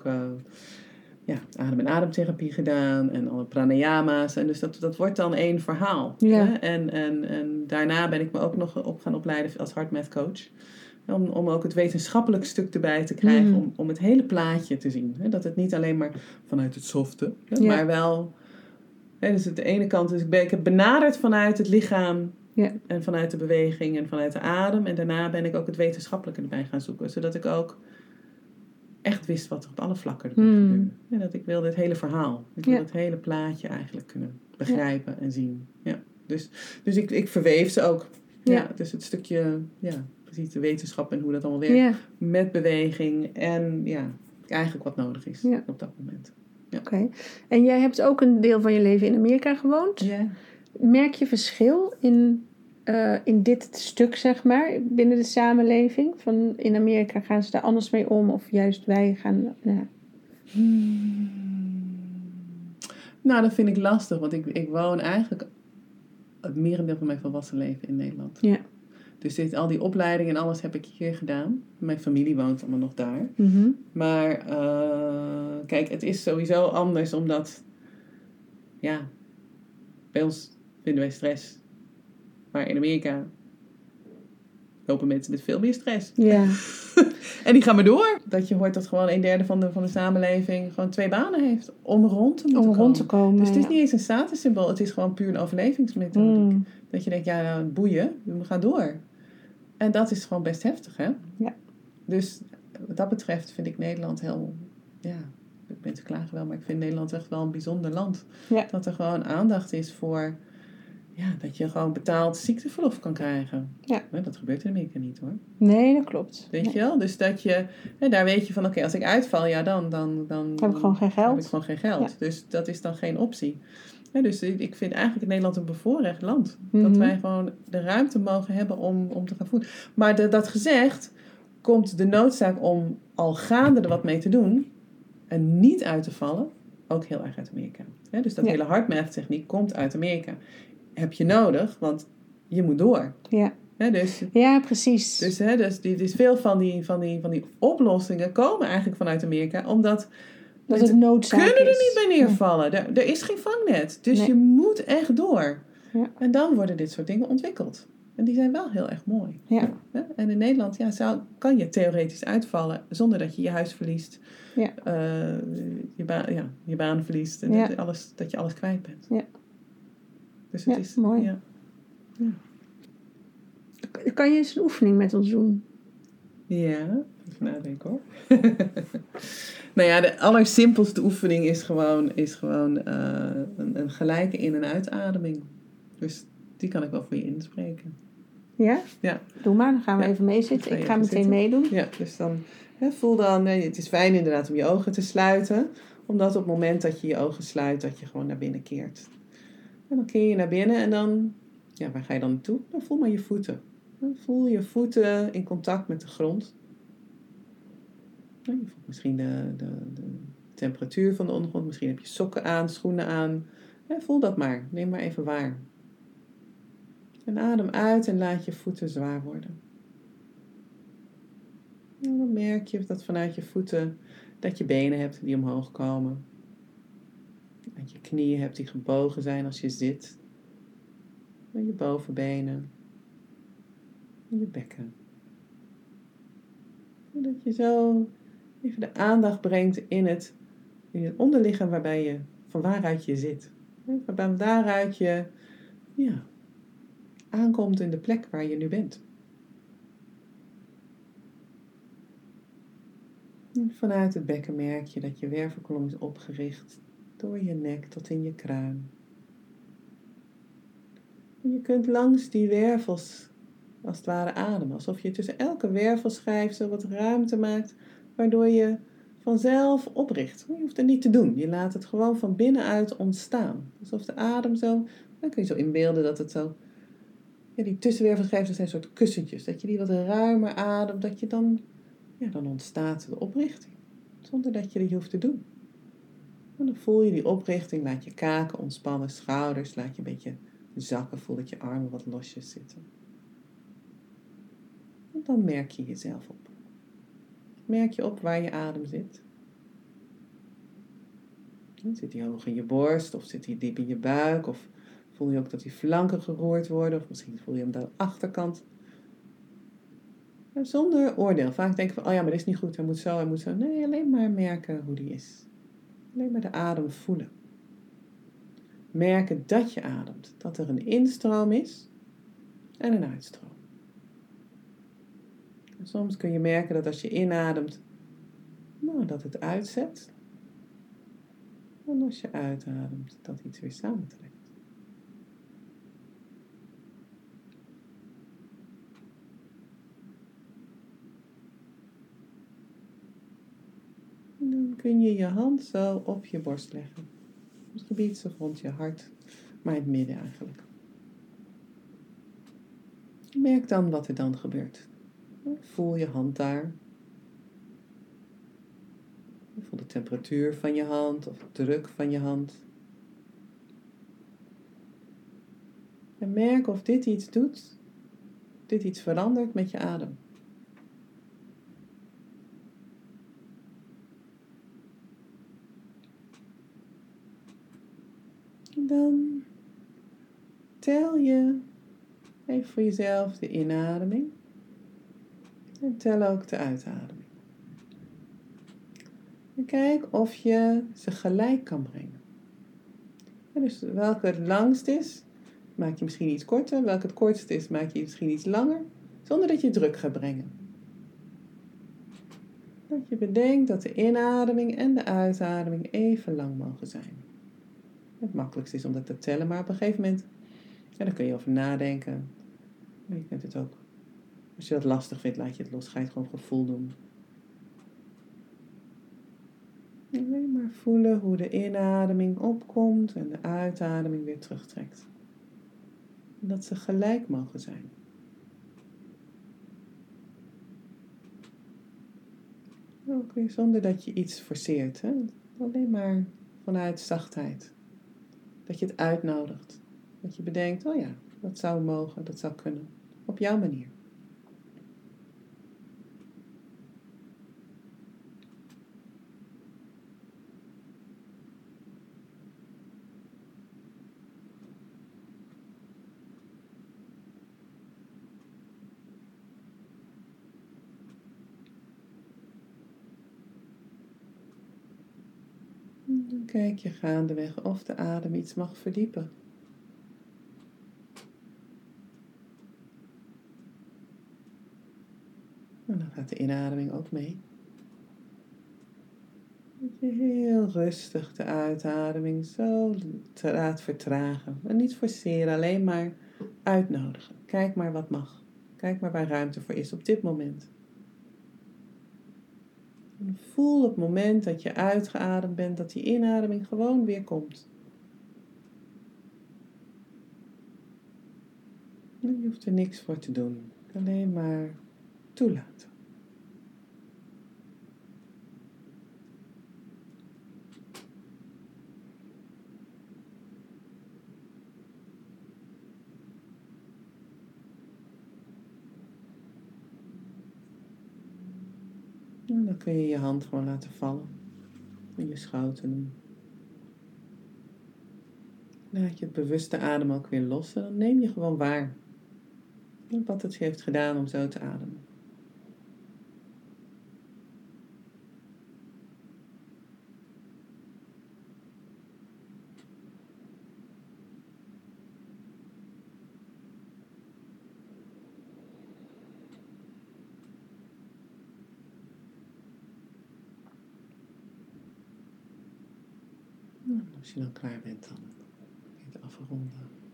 adem- en ademtherapie gedaan. En alle pranayama's. En dus dat wordt dan één verhaal. Ja. En daarna ben ik me ook nog op gaan opleiden als HeartMath coach. Om ook het wetenschappelijk stuk erbij te krijgen. Om het hele plaatje te zien. Dat het niet alleen maar vanuit het softe. Maar wel... Dus de ene kant... Dus ik heb benaderd vanuit het lichaam. Ja. En vanuit de beweging. En vanuit de adem. En daarna ben ik ook het wetenschappelijke erbij gaan zoeken. Zodat ik ook echt wist wat er op alle vlakken gebeurde. En dat ik wilde het hele verhaal. Ik wilde het hele plaatje eigenlijk kunnen begrijpen en zien. Ja. Dus ik verweef ze ook. Ja, dus het stukje, precies de wetenschap en hoe dat allemaal werkt. Ja. Met beweging en eigenlijk wat nodig is op dat moment. Ja. Oké. En jij hebt ook een deel van je leven in Amerika gewoond. Ja. Merk je verschil in dit stuk, zeg maar, binnen de samenleving? Van in Amerika gaan ze daar anders mee om of juist wij gaan... Nou, dat vind ik lastig, want ik woon eigenlijk het merendeel van mijn volwassen leven in Nederland. Ja. Dus al die opleidingen en alles heb ik hier gedaan. Mijn familie woont allemaal nog daar. Mm-hmm. Maar kijk, het is sowieso anders omdat, bij ons vinden wij stress. Maar in Amerika lopen mensen met veel meer stress. Ja. En die gaan maar door. Dat je hoort dat gewoon 1/3 van de samenleving gewoon 2 banen heeft om rond te komen. Dus het is niet eens een statussymbool. Het is gewoon puur een overlevingsmethodiek. Dat je denkt, boeien, we gaan door. En dat is gewoon best heftig, hè? Ja. Dus wat dat betreft vind ik Nederland heel... mensen klagen wel, maar ik vind Nederland echt wel een bijzonder land. Ja. Dat er gewoon aandacht is voor... dat je gewoon betaald ziekteverlof kan krijgen. Ja. Dat gebeurt in Amerika niet, hoor. Nee, dat klopt. Weet je wel? Dus dat je... daar weet je van, oké, als ik uitval, dan heb ik gewoon geen geld. Heb ik gewoon geen geld. Ja. Dus dat is dan geen optie. Dus ik vind eigenlijk Nederland een bevoorrecht land. Mm-hmm. Dat wij gewoon de ruimte mogen hebben om te gaan voeden. Maar dat gezegd, komt de noodzaak om al gaande er wat mee te doen en niet uit te vallen, ook heel erg uit Amerika. Dus dat hele HeartMath techniek komt uit Amerika. Heb je nodig, want je moet door. Ja. Dus, ja, precies. Dus veel van die oplossingen komen eigenlijk vanuit Amerika, omdat dat het noodzaak is. Kunnen er niet bij neervallen. Ja. Er is geen vangnet. Dus je moet echt door. Ja. En dan worden dit soort dingen ontwikkeld. En die zijn wel heel erg mooi. Ja. En in Nederland kan je theoretisch uitvallen zonder dat je je huis verliest. Ja. Je baan verliest. En dat je alles kwijt bent. Ja. Dus het is mooi. Ja. Kan je eens een oefening met ons doen? Ja, even nadenken hoor. Nou ja, de allersimpelste oefening is gewoon een gelijke in- en uitademing. Dus die kan ik wel voor je inspreken. Ja? Ja. Doe maar, dan gaan we even meezitten. Ik ga meteen meedoen. Ja, dus dan voel dan... Het is fijn inderdaad om je ogen te sluiten. Omdat op het moment dat je je ogen sluit, dat je gewoon naar binnen keert. En dan keer je naar binnen en dan... Ja, waar ga je dan naartoe? Dan voel maar je voeten. Dan voel je voeten in contact met de grond. Je voelt misschien de temperatuur van de ondergrond. Misschien heb je sokken aan, schoenen aan. Voel dat maar. Neem maar even waar. En adem uit en laat je voeten zwaar worden. En dan merk je dat vanuit je voeten dat je benen hebt die omhoog komen. Dat je knieën hebt die gebogen zijn als je zit. En je bovenbenen. En je bekken. En dat je zo even de aandacht brengt in het onderlichaam van waaruit je zit. Van daaruit je aankomt in de plek waar je nu bent. En vanuit het bekken merk je dat je wervelkolom is opgericht door je nek tot in je kruin. En je kunt langs die wervels als het ware ademen. Alsof je tussen elke wervelschijf zo wat ruimte maakt, waardoor je vanzelf opricht. Je hoeft het niet te doen. Je laat het gewoon van binnenuit ontstaan. Alsof de adem zo... Dan kun je zo inbeelden dat het zo... Ja, die tussenwervelschijven zijn soort kussentjes. Dat je die wat ruimer ademt. Dat je dan... Ja, dan ontstaat de oprichting. Zonder dat je die hoeft te doen. En dan voel je die oprichting. Laat je kaken ontspannen. Schouders laat je een beetje zakken. Voel dat je armen wat losjes zitten. En dan merk je jezelf op. Merk je op waar je adem zit. Zit die hoog in je borst of zit die diep in je buik? Of voel je ook dat die flanken geroerd worden? Of misschien voel je hem aan de achterkant. En zonder oordeel. Vaak denken we, oh ja, maar dit is niet goed. Hij moet zo, hij moet zo. Nee, alleen maar merken hoe die is. Alleen maar de adem voelen. Merken dat je ademt. Dat er een instroom is en een uitstroom. En soms kun je merken dat als je inademt, dat het uitzet. En als je uitademt, dat iets weer samentrekt. Dan kun je je hand zo op je borst leggen. Het gebied zo rond je hart, maar in het midden eigenlijk. Merk dan wat er dan gebeurt. Voel je hand daar. Voel de temperatuur van je hand of de druk van je hand. En merk of dit iets doet, dit iets verandert met je adem. En dan tel je even voor jezelf de inademing. En tel ook de uitademing. En kijk of je ze gelijk kan brengen. En dus welke het langst is, maak je misschien iets korter. Welke het kortst is, maak je misschien iets langer. Zonder dat je druk gaat brengen. Dat je bedenkt dat de inademing en de uitademing even lang mogen zijn. Het makkelijkste is om dat te tellen, maar op een gegeven moment, ja, daar kun je over nadenken. Maar je kunt het ook, als je dat lastig vindt, laat je het los. Ga je het gewoon gevoel doen. Alleen maar voelen hoe de inademing opkomt en de uitademing weer terugtrekt. En dat ze gelijk mogen zijn. Ook weer zonder dat je iets forceert. Hè? Alleen maar vanuit zachtheid. Dat je het uitnodigt. Dat je bedenkt, oh ja, dat zou mogen, dat zou kunnen. Op jouw manier. Dan kijk je gaandeweg of de adem iets mag verdiepen. En dan gaat de inademing ook mee. Dat je heel rustig de uitademing zo laat vertragen. En niet forceren, alleen maar uitnodigen. Kijk maar wat mag. Kijk maar waar ruimte voor is op dit moment. En voel op het moment dat je uitgeademd bent, dat die inademing gewoon weer komt. En je hoeft er niks voor te doen. Alleen maar toelaten. En dan kun je je hand gewoon laten vallen. In je schouder doen. Laat je het bewuste adem ook weer los. En dan neem je gewoon waar. Wat het je heeft gedaan om zo te ademen. Als je dan klaar bent, dan kun je het afronden.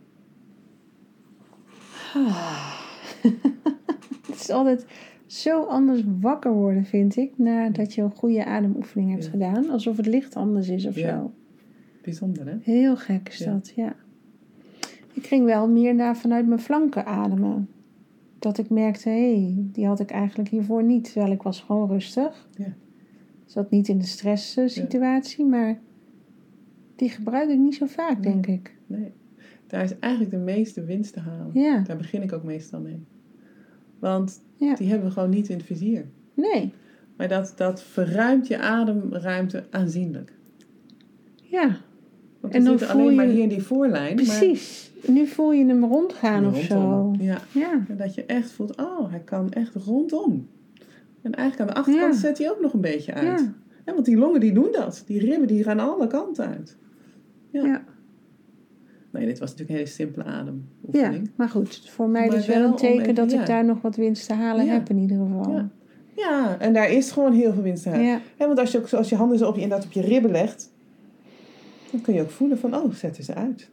Het is altijd zo anders wakker worden, vind ik, nadat je een goede ademoefening hebt gedaan. Alsof het licht anders is of zo. Bijzonder, hè? Heel gek is dat, ja. Ik ging wel meer vanuit mijn flanken ademen. Dat ik merkte, die had ik eigenlijk hiervoor niet. Terwijl ik was gewoon rustig. Ja. Zat niet in de stresssituatie, maar die gebruik ik niet zo vaak, denk ik. Nee, daar is eigenlijk de meeste winst te halen. Ja. Daar begin ik ook meestal mee. Want die hebben we gewoon niet in het vizier. Nee. Maar dat verruimt je ademruimte aanzienlijk. Ja. Want we zitten alleen maar hier in die voorlijn. Precies. Maar nu voel je hem rondgaan of zo. Ja. En dat je echt voelt, hij kan echt rondom. En eigenlijk aan de achterkant zet hij ook nog een beetje uit. Ja. Ja, want die longen die doen dat. Die ribben die gaan alle kanten uit. Ja. Nee, dit was natuurlijk een hele simpele ademoefening. Ja, maar goed. Voor mij dus wel een teken dat ik daar nog wat winst te halen heb in ieder geval. Ja, en daar is gewoon heel veel winst te halen. Ja. Want als je handen zo op je ribben legt, dan kun je ook voelen van, zetten ze uit.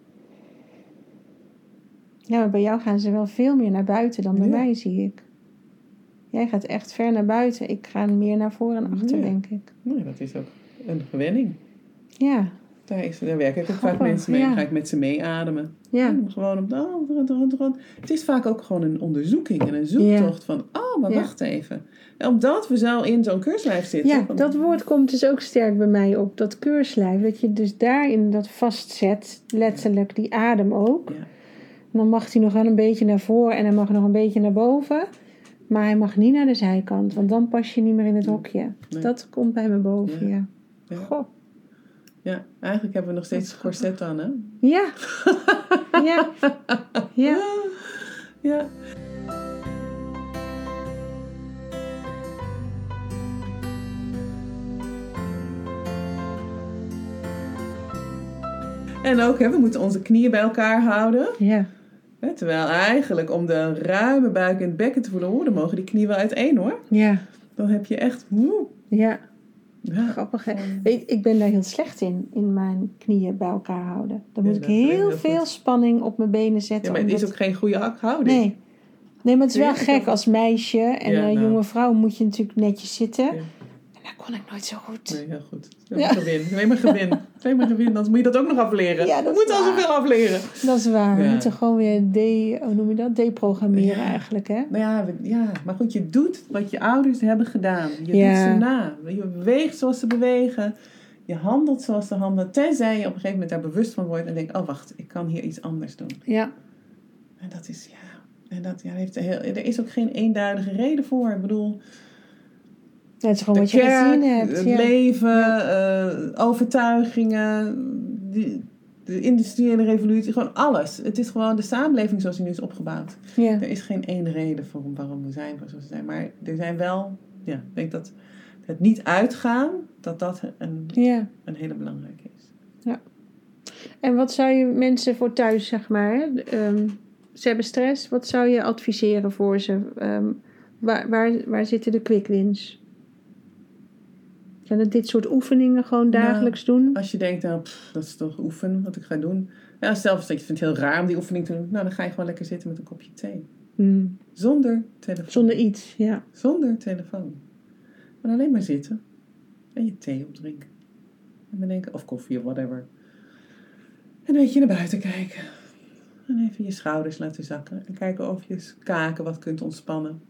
Ja, maar bij jou gaan ze wel veel meer naar buiten dan bij mij, zie ik. Jij gaat echt ver naar buiten. Ik ga meer naar voren en achter, denk ik. Nou, dat is ook een gewenning. Ja. Daar werk ik ook vaak mensen mee. Ga ik met ze mee ademen. Ja. Gewoon het is vaak ook gewoon een onderzoeking en een zoektocht van... maar wacht even. En omdat we zo in zo'n keurslijf zitten... Ja, dat woord komt dus ook sterk bij mij op. Dat keurslijf. Dat je dus daarin dat vastzet. Letterlijk die adem ook. Ja. En dan mag hij nog wel een beetje naar voren en hij mag nog een beetje naar boven. Maar hij mag niet naar de zijkant. Want dan pas je niet meer in het hokje. Nee. Dat komt bij me boven, ja. Goh. Ja, eigenlijk hebben we nog steeds een corset aan, hè? Ja. Ja. Ja. Ja. En ook, we moeten onze knieën bij elkaar houden. Ja. Terwijl eigenlijk om de ruime buik en het bekken te voelen, dan mogen die knieën wel uiteen, hoor. Ja. Dan heb je echt... Ja. Grappig, hè? Ik ben daar heel slecht in mijn knieën bij elkaar houden. Dan moet ik heel veel spanning op mijn benen zetten. Ja, maar het is ook geen goede houding. Nee, maar het is wel gek als meisje en jonge vrouw moet je natuurlijk netjes zitten. Ja. En dat kon ik nooit zo goed. Nee, heel goed. Alleen maar gewin. Anders moet je dat ook nog afleren. Ja, we moeten al zoveel afleren. Dat is waar. We moeten gewoon weer deprogrammeren eigenlijk, hè? Nou maar goed, je doet wat je ouders hebben gedaan. Je doet ze na. Je beweegt zoals ze bewegen. Je handelt zoals ze handelen. Tenzij je op een gegeven moment daar bewust van wordt en denkt, oh wacht, ik kan hier iets anders doen. Ja. En dat is, er is ook geen eenduidige reden voor. Ik bedoel... Het is gewoon wat je gezien hebt. Het leven, overtuigingen, de industriële revolutie, gewoon alles. Het is gewoon de samenleving zoals die nu is opgebouwd. Ja. Er is geen één reden voor waarom we zijn zoals we zijn. Maar er zijn wel, ik denk dat het niet uitgaan, dat een hele belangrijke is. Ja. En wat zou je mensen voor thuis, zeg maar, ze hebben stress, wat zou je adviseren voor ze? Waar zitten de quick wins? Zijn het dit soort oefeningen gewoon dagelijks doen? Als je denkt, dat is toch oefenen wat ik ga doen. Ja, zelfs dat je vindt het heel raar om die oefening te doen. Nou, dan ga je gewoon lekker zitten met een kopje thee. Zonder telefoon. Zonder iets, ja. Zonder telefoon. Maar alleen maar zitten. En je thee opdrinken. En bedenken, of koffie of whatever. En een beetje naar buiten kijken. En even je schouders laten zakken. En kijken of je kaken wat kunt ontspannen.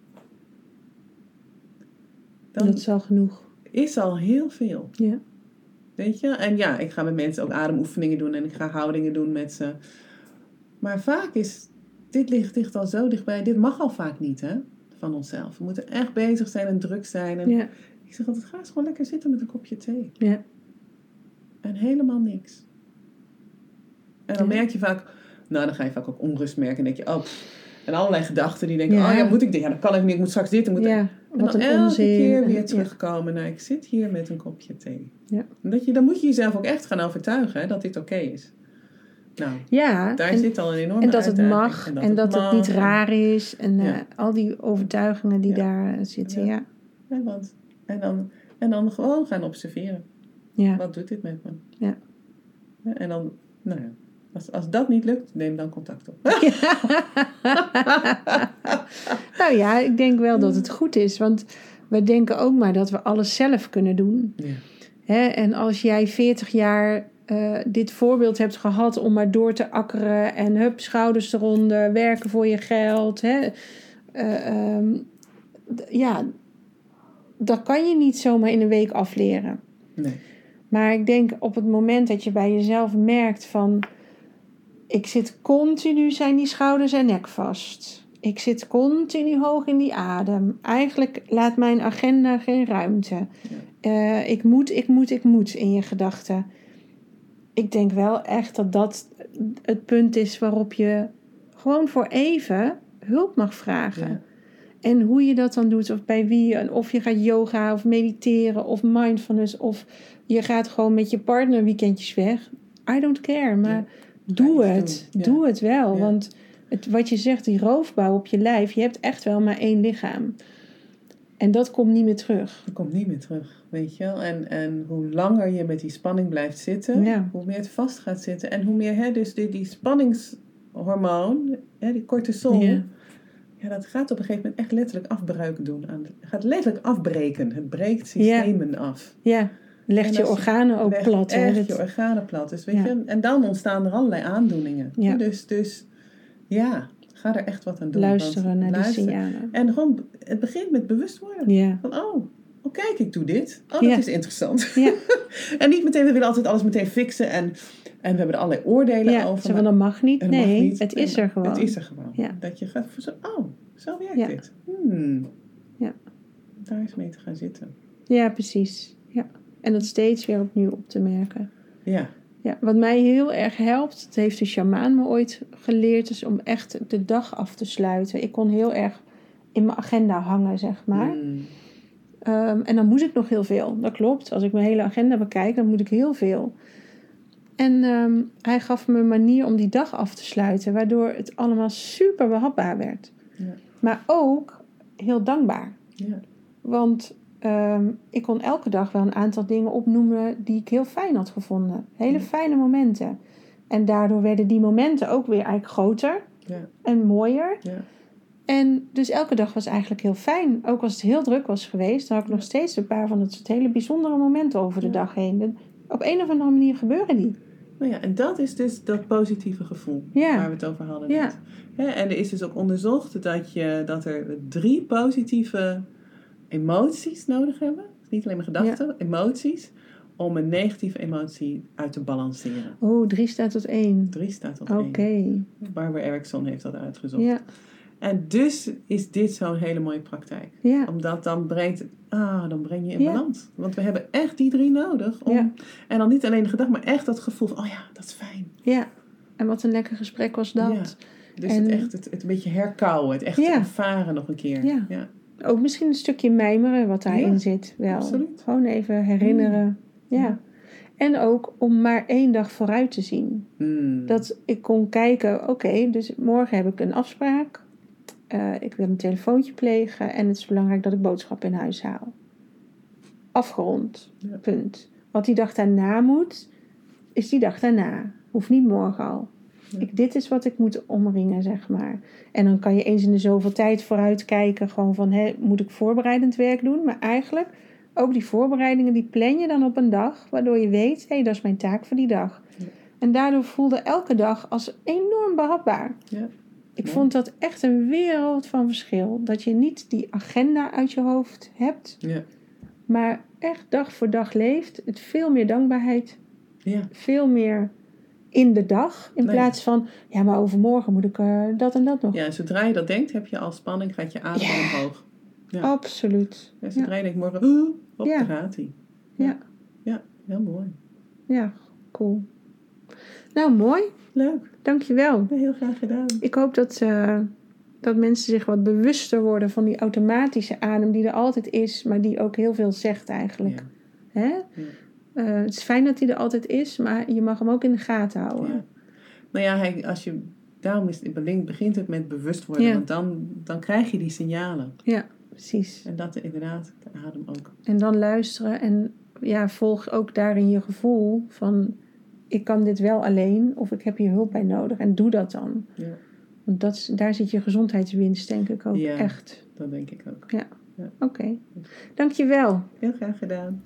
Dat is al genoeg. Is al heel veel. Ja. Weet je? En ik ga met mensen ook ademoefeningen doen en ik ga houdingen doen met ze. Maar vaak is, dit ligt al zo dichtbij. Dit mag al vaak niet, hè? Van onszelf. We moeten echt bezig zijn en druk zijn. En ik zeg altijd, ga eens gewoon lekker zitten met een kopje thee. Ja. En helemaal niks. En dan merk je vaak, dan ga je vaak ook onrust merken. En denk je, en allerlei gedachten die denken, moet ik dit? Ja, dat kan ik niet, ik moet straks dit. En dan elke keer weer terugkomen naar, ik zit hier met een kopje thee. Ja. En dan moet je jezelf ook echt gaan overtuigen, hè, dat dit oké is. Nou, daar zit al een enorme en dat het uitdaging. mag, en dat het niet raar is. En al die overtuigingen die daar zitten, ja. En dan gewoon gaan observeren. Ja. Wat doet dit met me? Ja. En dan, als dat niet lukt, neem dan contact op. Nou ja, ik denk wel dat het goed is. Want we denken ook maar dat we alles zelf kunnen doen. Ja. Hè? En als jij 40 jaar dit voorbeeld hebt gehad om maar door te akkeren en schouders eronder, werken voor je geld. Hè? Dat kan je niet zomaar in een week afleren. Nee. Maar ik denk op het moment dat je bij jezelf merkt van, ik zit continu, zijn die schouders en nek vast. Ik zit continu hoog in die adem. Eigenlijk laat mijn agenda geen ruimte. Ja. Ik moet in je gedachten. Ik denk wel echt dat het punt is waarop je gewoon voor even hulp mag vragen. Ja. En hoe je dat dan doet, of bij wie, of je gaat yoga of mediteren of mindfulness, of je gaat gewoon met je partner weekendjes weg. I don't care, maar doe het. Ja. Doe het wel, want wat je zegt, die roofbouw op je lijf, je hebt echt wel maar 1 lichaam. En dat komt niet meer terug. Dat komt niet meer terug, weet je wel. En hoe langer je met die spanning blijft zitten, hoe meer het vast gaat zitten. En hoe meer dus die spanningshormoon, die cortisol, dat gaat op een gegeven moment echt letterlijk afbreuk doen. Het gaat letterlijk afbreken. Het breekt systemen af. Ja, legt je organen ook plat. Echt je organen plat. Dus weet je, en dan ontstaan er allerlei aandoeningen. Ja. Dus ga er echt wat aan doen. Luisteren naar die signalen. En gewoon, het begint met bewust worden. Ja. Van, kijk, ik doe dit. Dat is interessant. Ja. En niet meteen, we willen altijd alles meteen fixen. En we hebben er allerlei oordelen over. Ja, dat mag niet. Het is er gewoon. Het is er gewoon. Ja. Dat je gaat zo werkt dit. Ja. Daar is mee te gaan zitten. Ja, precies. Ja. En dat steeds weer opnieuw op te merken. Ja. Ja, wat mij heel erg helpt, dat heeft de sjamaan me ooit geleerd, is om echt de dag af te sluiten. Ik kon heel erg in mijn agenda hangen, zeg maar. En dan moet ik nog heel veel. Dat klopt. Als ik mijn hele agenda bekijk, dan moet ik heel veel. En hij gaf me een manier om die dag af te sluiten, waardoor het allemaal super behapbaar werd. Ja. Maar ook heel dankbaar. Ja. Want ik kon elke dag wel een aantal dingen opnoemen die ik heel fijn had gevonden. Hele fijne momenten. En daardoor werden die momenten ook weer eigenlijk groter en mooier. Ja. En dus elke dag was eigenlijk heel fijn. Ook als het heel druk was geweest, dan had ik nog steeds een paar van dat soort hele bijzondere momenten over de dag heen. Op een of andere manier gebeuren die. Nou ja, en dat is dus dat positieve gevoel waar we het over hadden net. Ja, en er is dus ook onderzocht dat er 3 positieve emoties nodig hebben. Niet alleen maar gedachten, emoties. Om een negatieve emotie uit te balanceren. 3 staat tot 1. 3 staat tot 1. Oké. Barbara Erickson heeft dat uitgezocht. Ja. En dus is dit zo'n hele mooie praktijk. Ja. Omdat dan breng je in balans. Want we hebben echt die 3 nodig. En dan niet alleen de gedachte, maar echt dat gevoel van, dat is fijn. Ja, en wat een lekker gesprek was dat. Ja. Dus het een beetje herkauwen, het echt ervaren nog een keer. Ja. Ook misschien een stukje mijmeren wat daarin zit. Wel. Absoluut. Gewoon even herinneren. Ja. En ook om maar 1 dag vooruit te zien. Dat ik kon kijken, oké, dus morgen heb ik een afspraak. Ik wil een telefoontje plegen. En het is belangrijk dat ik boodschappen in huis haal. Afgerond. Ja. Punt. Wat die dag daarna moet, is die dag daarna. Hoeft niet morgen al. Ja. Dit is wat ik moet omringen, zeg maar. En dan kan je eens in de zoveel tijd vooruit kijken. Gewoon van, moet ik voorbereidend werk doen? Maar eigenlijk, ook die voorbereidingen, die plan je dan op een dag. Waardoor je weet, dat is mijn taak voor die dag. Ja. En daardoor voelde elke dag als enorm behapbaar. Ja. Ik vond dat echt een wereld van verschil. Dat je niet die agenda uit je hoofd hebt. Ja. Maar echt dag voor dag leeft. Het veel meer dankbaarheid. Ja. Veel meer in de dag. In plaats van, maar overmorgen moet ik dat en dat nog. Ja, zodra je dat denkt, heb je al spanning. Gaat je adem omhoog. Ja. Absoluut. Ja, zodra je denkt morgen, daar gaat hij. Ja, heel mooi. Ja, cool. Nou, mooi. Leuk. Dankjewel. Ja, heel graag gedaan. Ik hoop dat mensen zich wat bewuster worden van die automatische adem die er altijd is, maar die ook heel veel zegt eigenlijk. Ja. Hè? Ja. Het is fijn dat hij er altijd is, maar je mag hem ook in de gaten houden. Ja. Nou ja, daarom begint het met bewust worden, want dan krijg je die signalen. Ja, precies. En dat inderdaad, de adem ook. En dan luisteren en volg ook daarin je gevoel van, ik kan dit wel alleen of ik heb hier hulp bij nodig. En doe dat dan. Ja. Want daar zit je gezondheidswinst, denk ik ook echt. Dat denk ik ook. Ja. Oké. Dankjewel. Heel graag gedaan.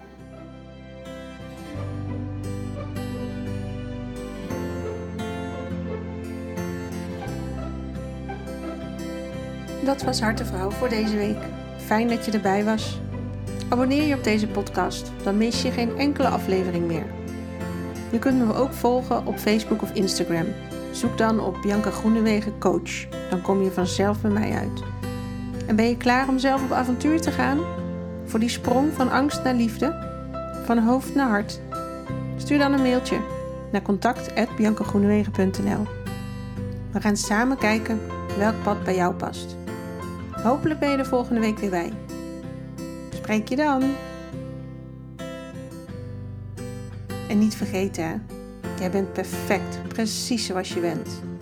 Dat was Hartevrouw voor deze week. Fijn dat je erbij was. Abonneer je op deze podcast, dan mis je geen enkele aflevering meer. Je kunt me ook volgen op Facebook of Instagram. Zoek dan op Bianca Groenewegen Coach. Dan kom je vanzelf bij mij uit. En ben je klaar om zelf op avontuur te gaan? Voor die sprong van angst naar liefde? Van hoofd naar hart? Stuur dan een mailtje naar contact@biancagroenewegen.nl. We gaan samen kijken welk pad bij jou past. Hopelijk ben je er volgende week weer bij. Spreek je dan. En niet vergeten, jij bent perfect, precies zoals je bent.